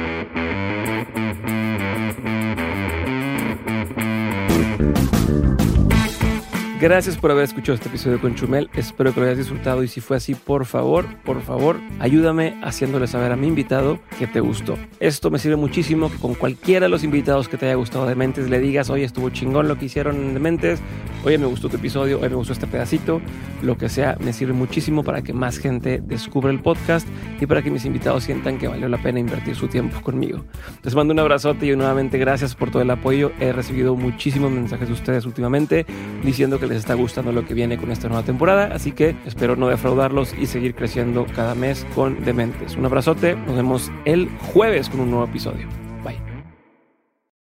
Gracias por haber escuchado este episodio con Chumel. Espero que lo hayas disfrutado y si fue así, por favor, por favor, ayúdame haciéndole saber a mi invitado que te gustó. Esto me sirve muchísimo que con cualquiera de los invitados que te haya gustado de Dementes le digas, oye, estuvo chingón lo que hicieron en Dementes, oye, me gustó tu episodio, oye, me gustó este pedacito, lo que sea, me sirve muchísimo para que más gente descubra el podcast y para que mis invitados sientan que valió la pena invertir su tiempo conmigo. Les mando un abrazote y nuevamente gracias por todo el apoyo. He recibido muchísimos mensajes de ustedes últimamente diciendo que les está gustando lo que viene con esta nueva temporada, así que espero no defraudarlos y seguir creciendo cada mes con Dementes. Un abrazote, nos vemos el jueves con un nuevo episodio.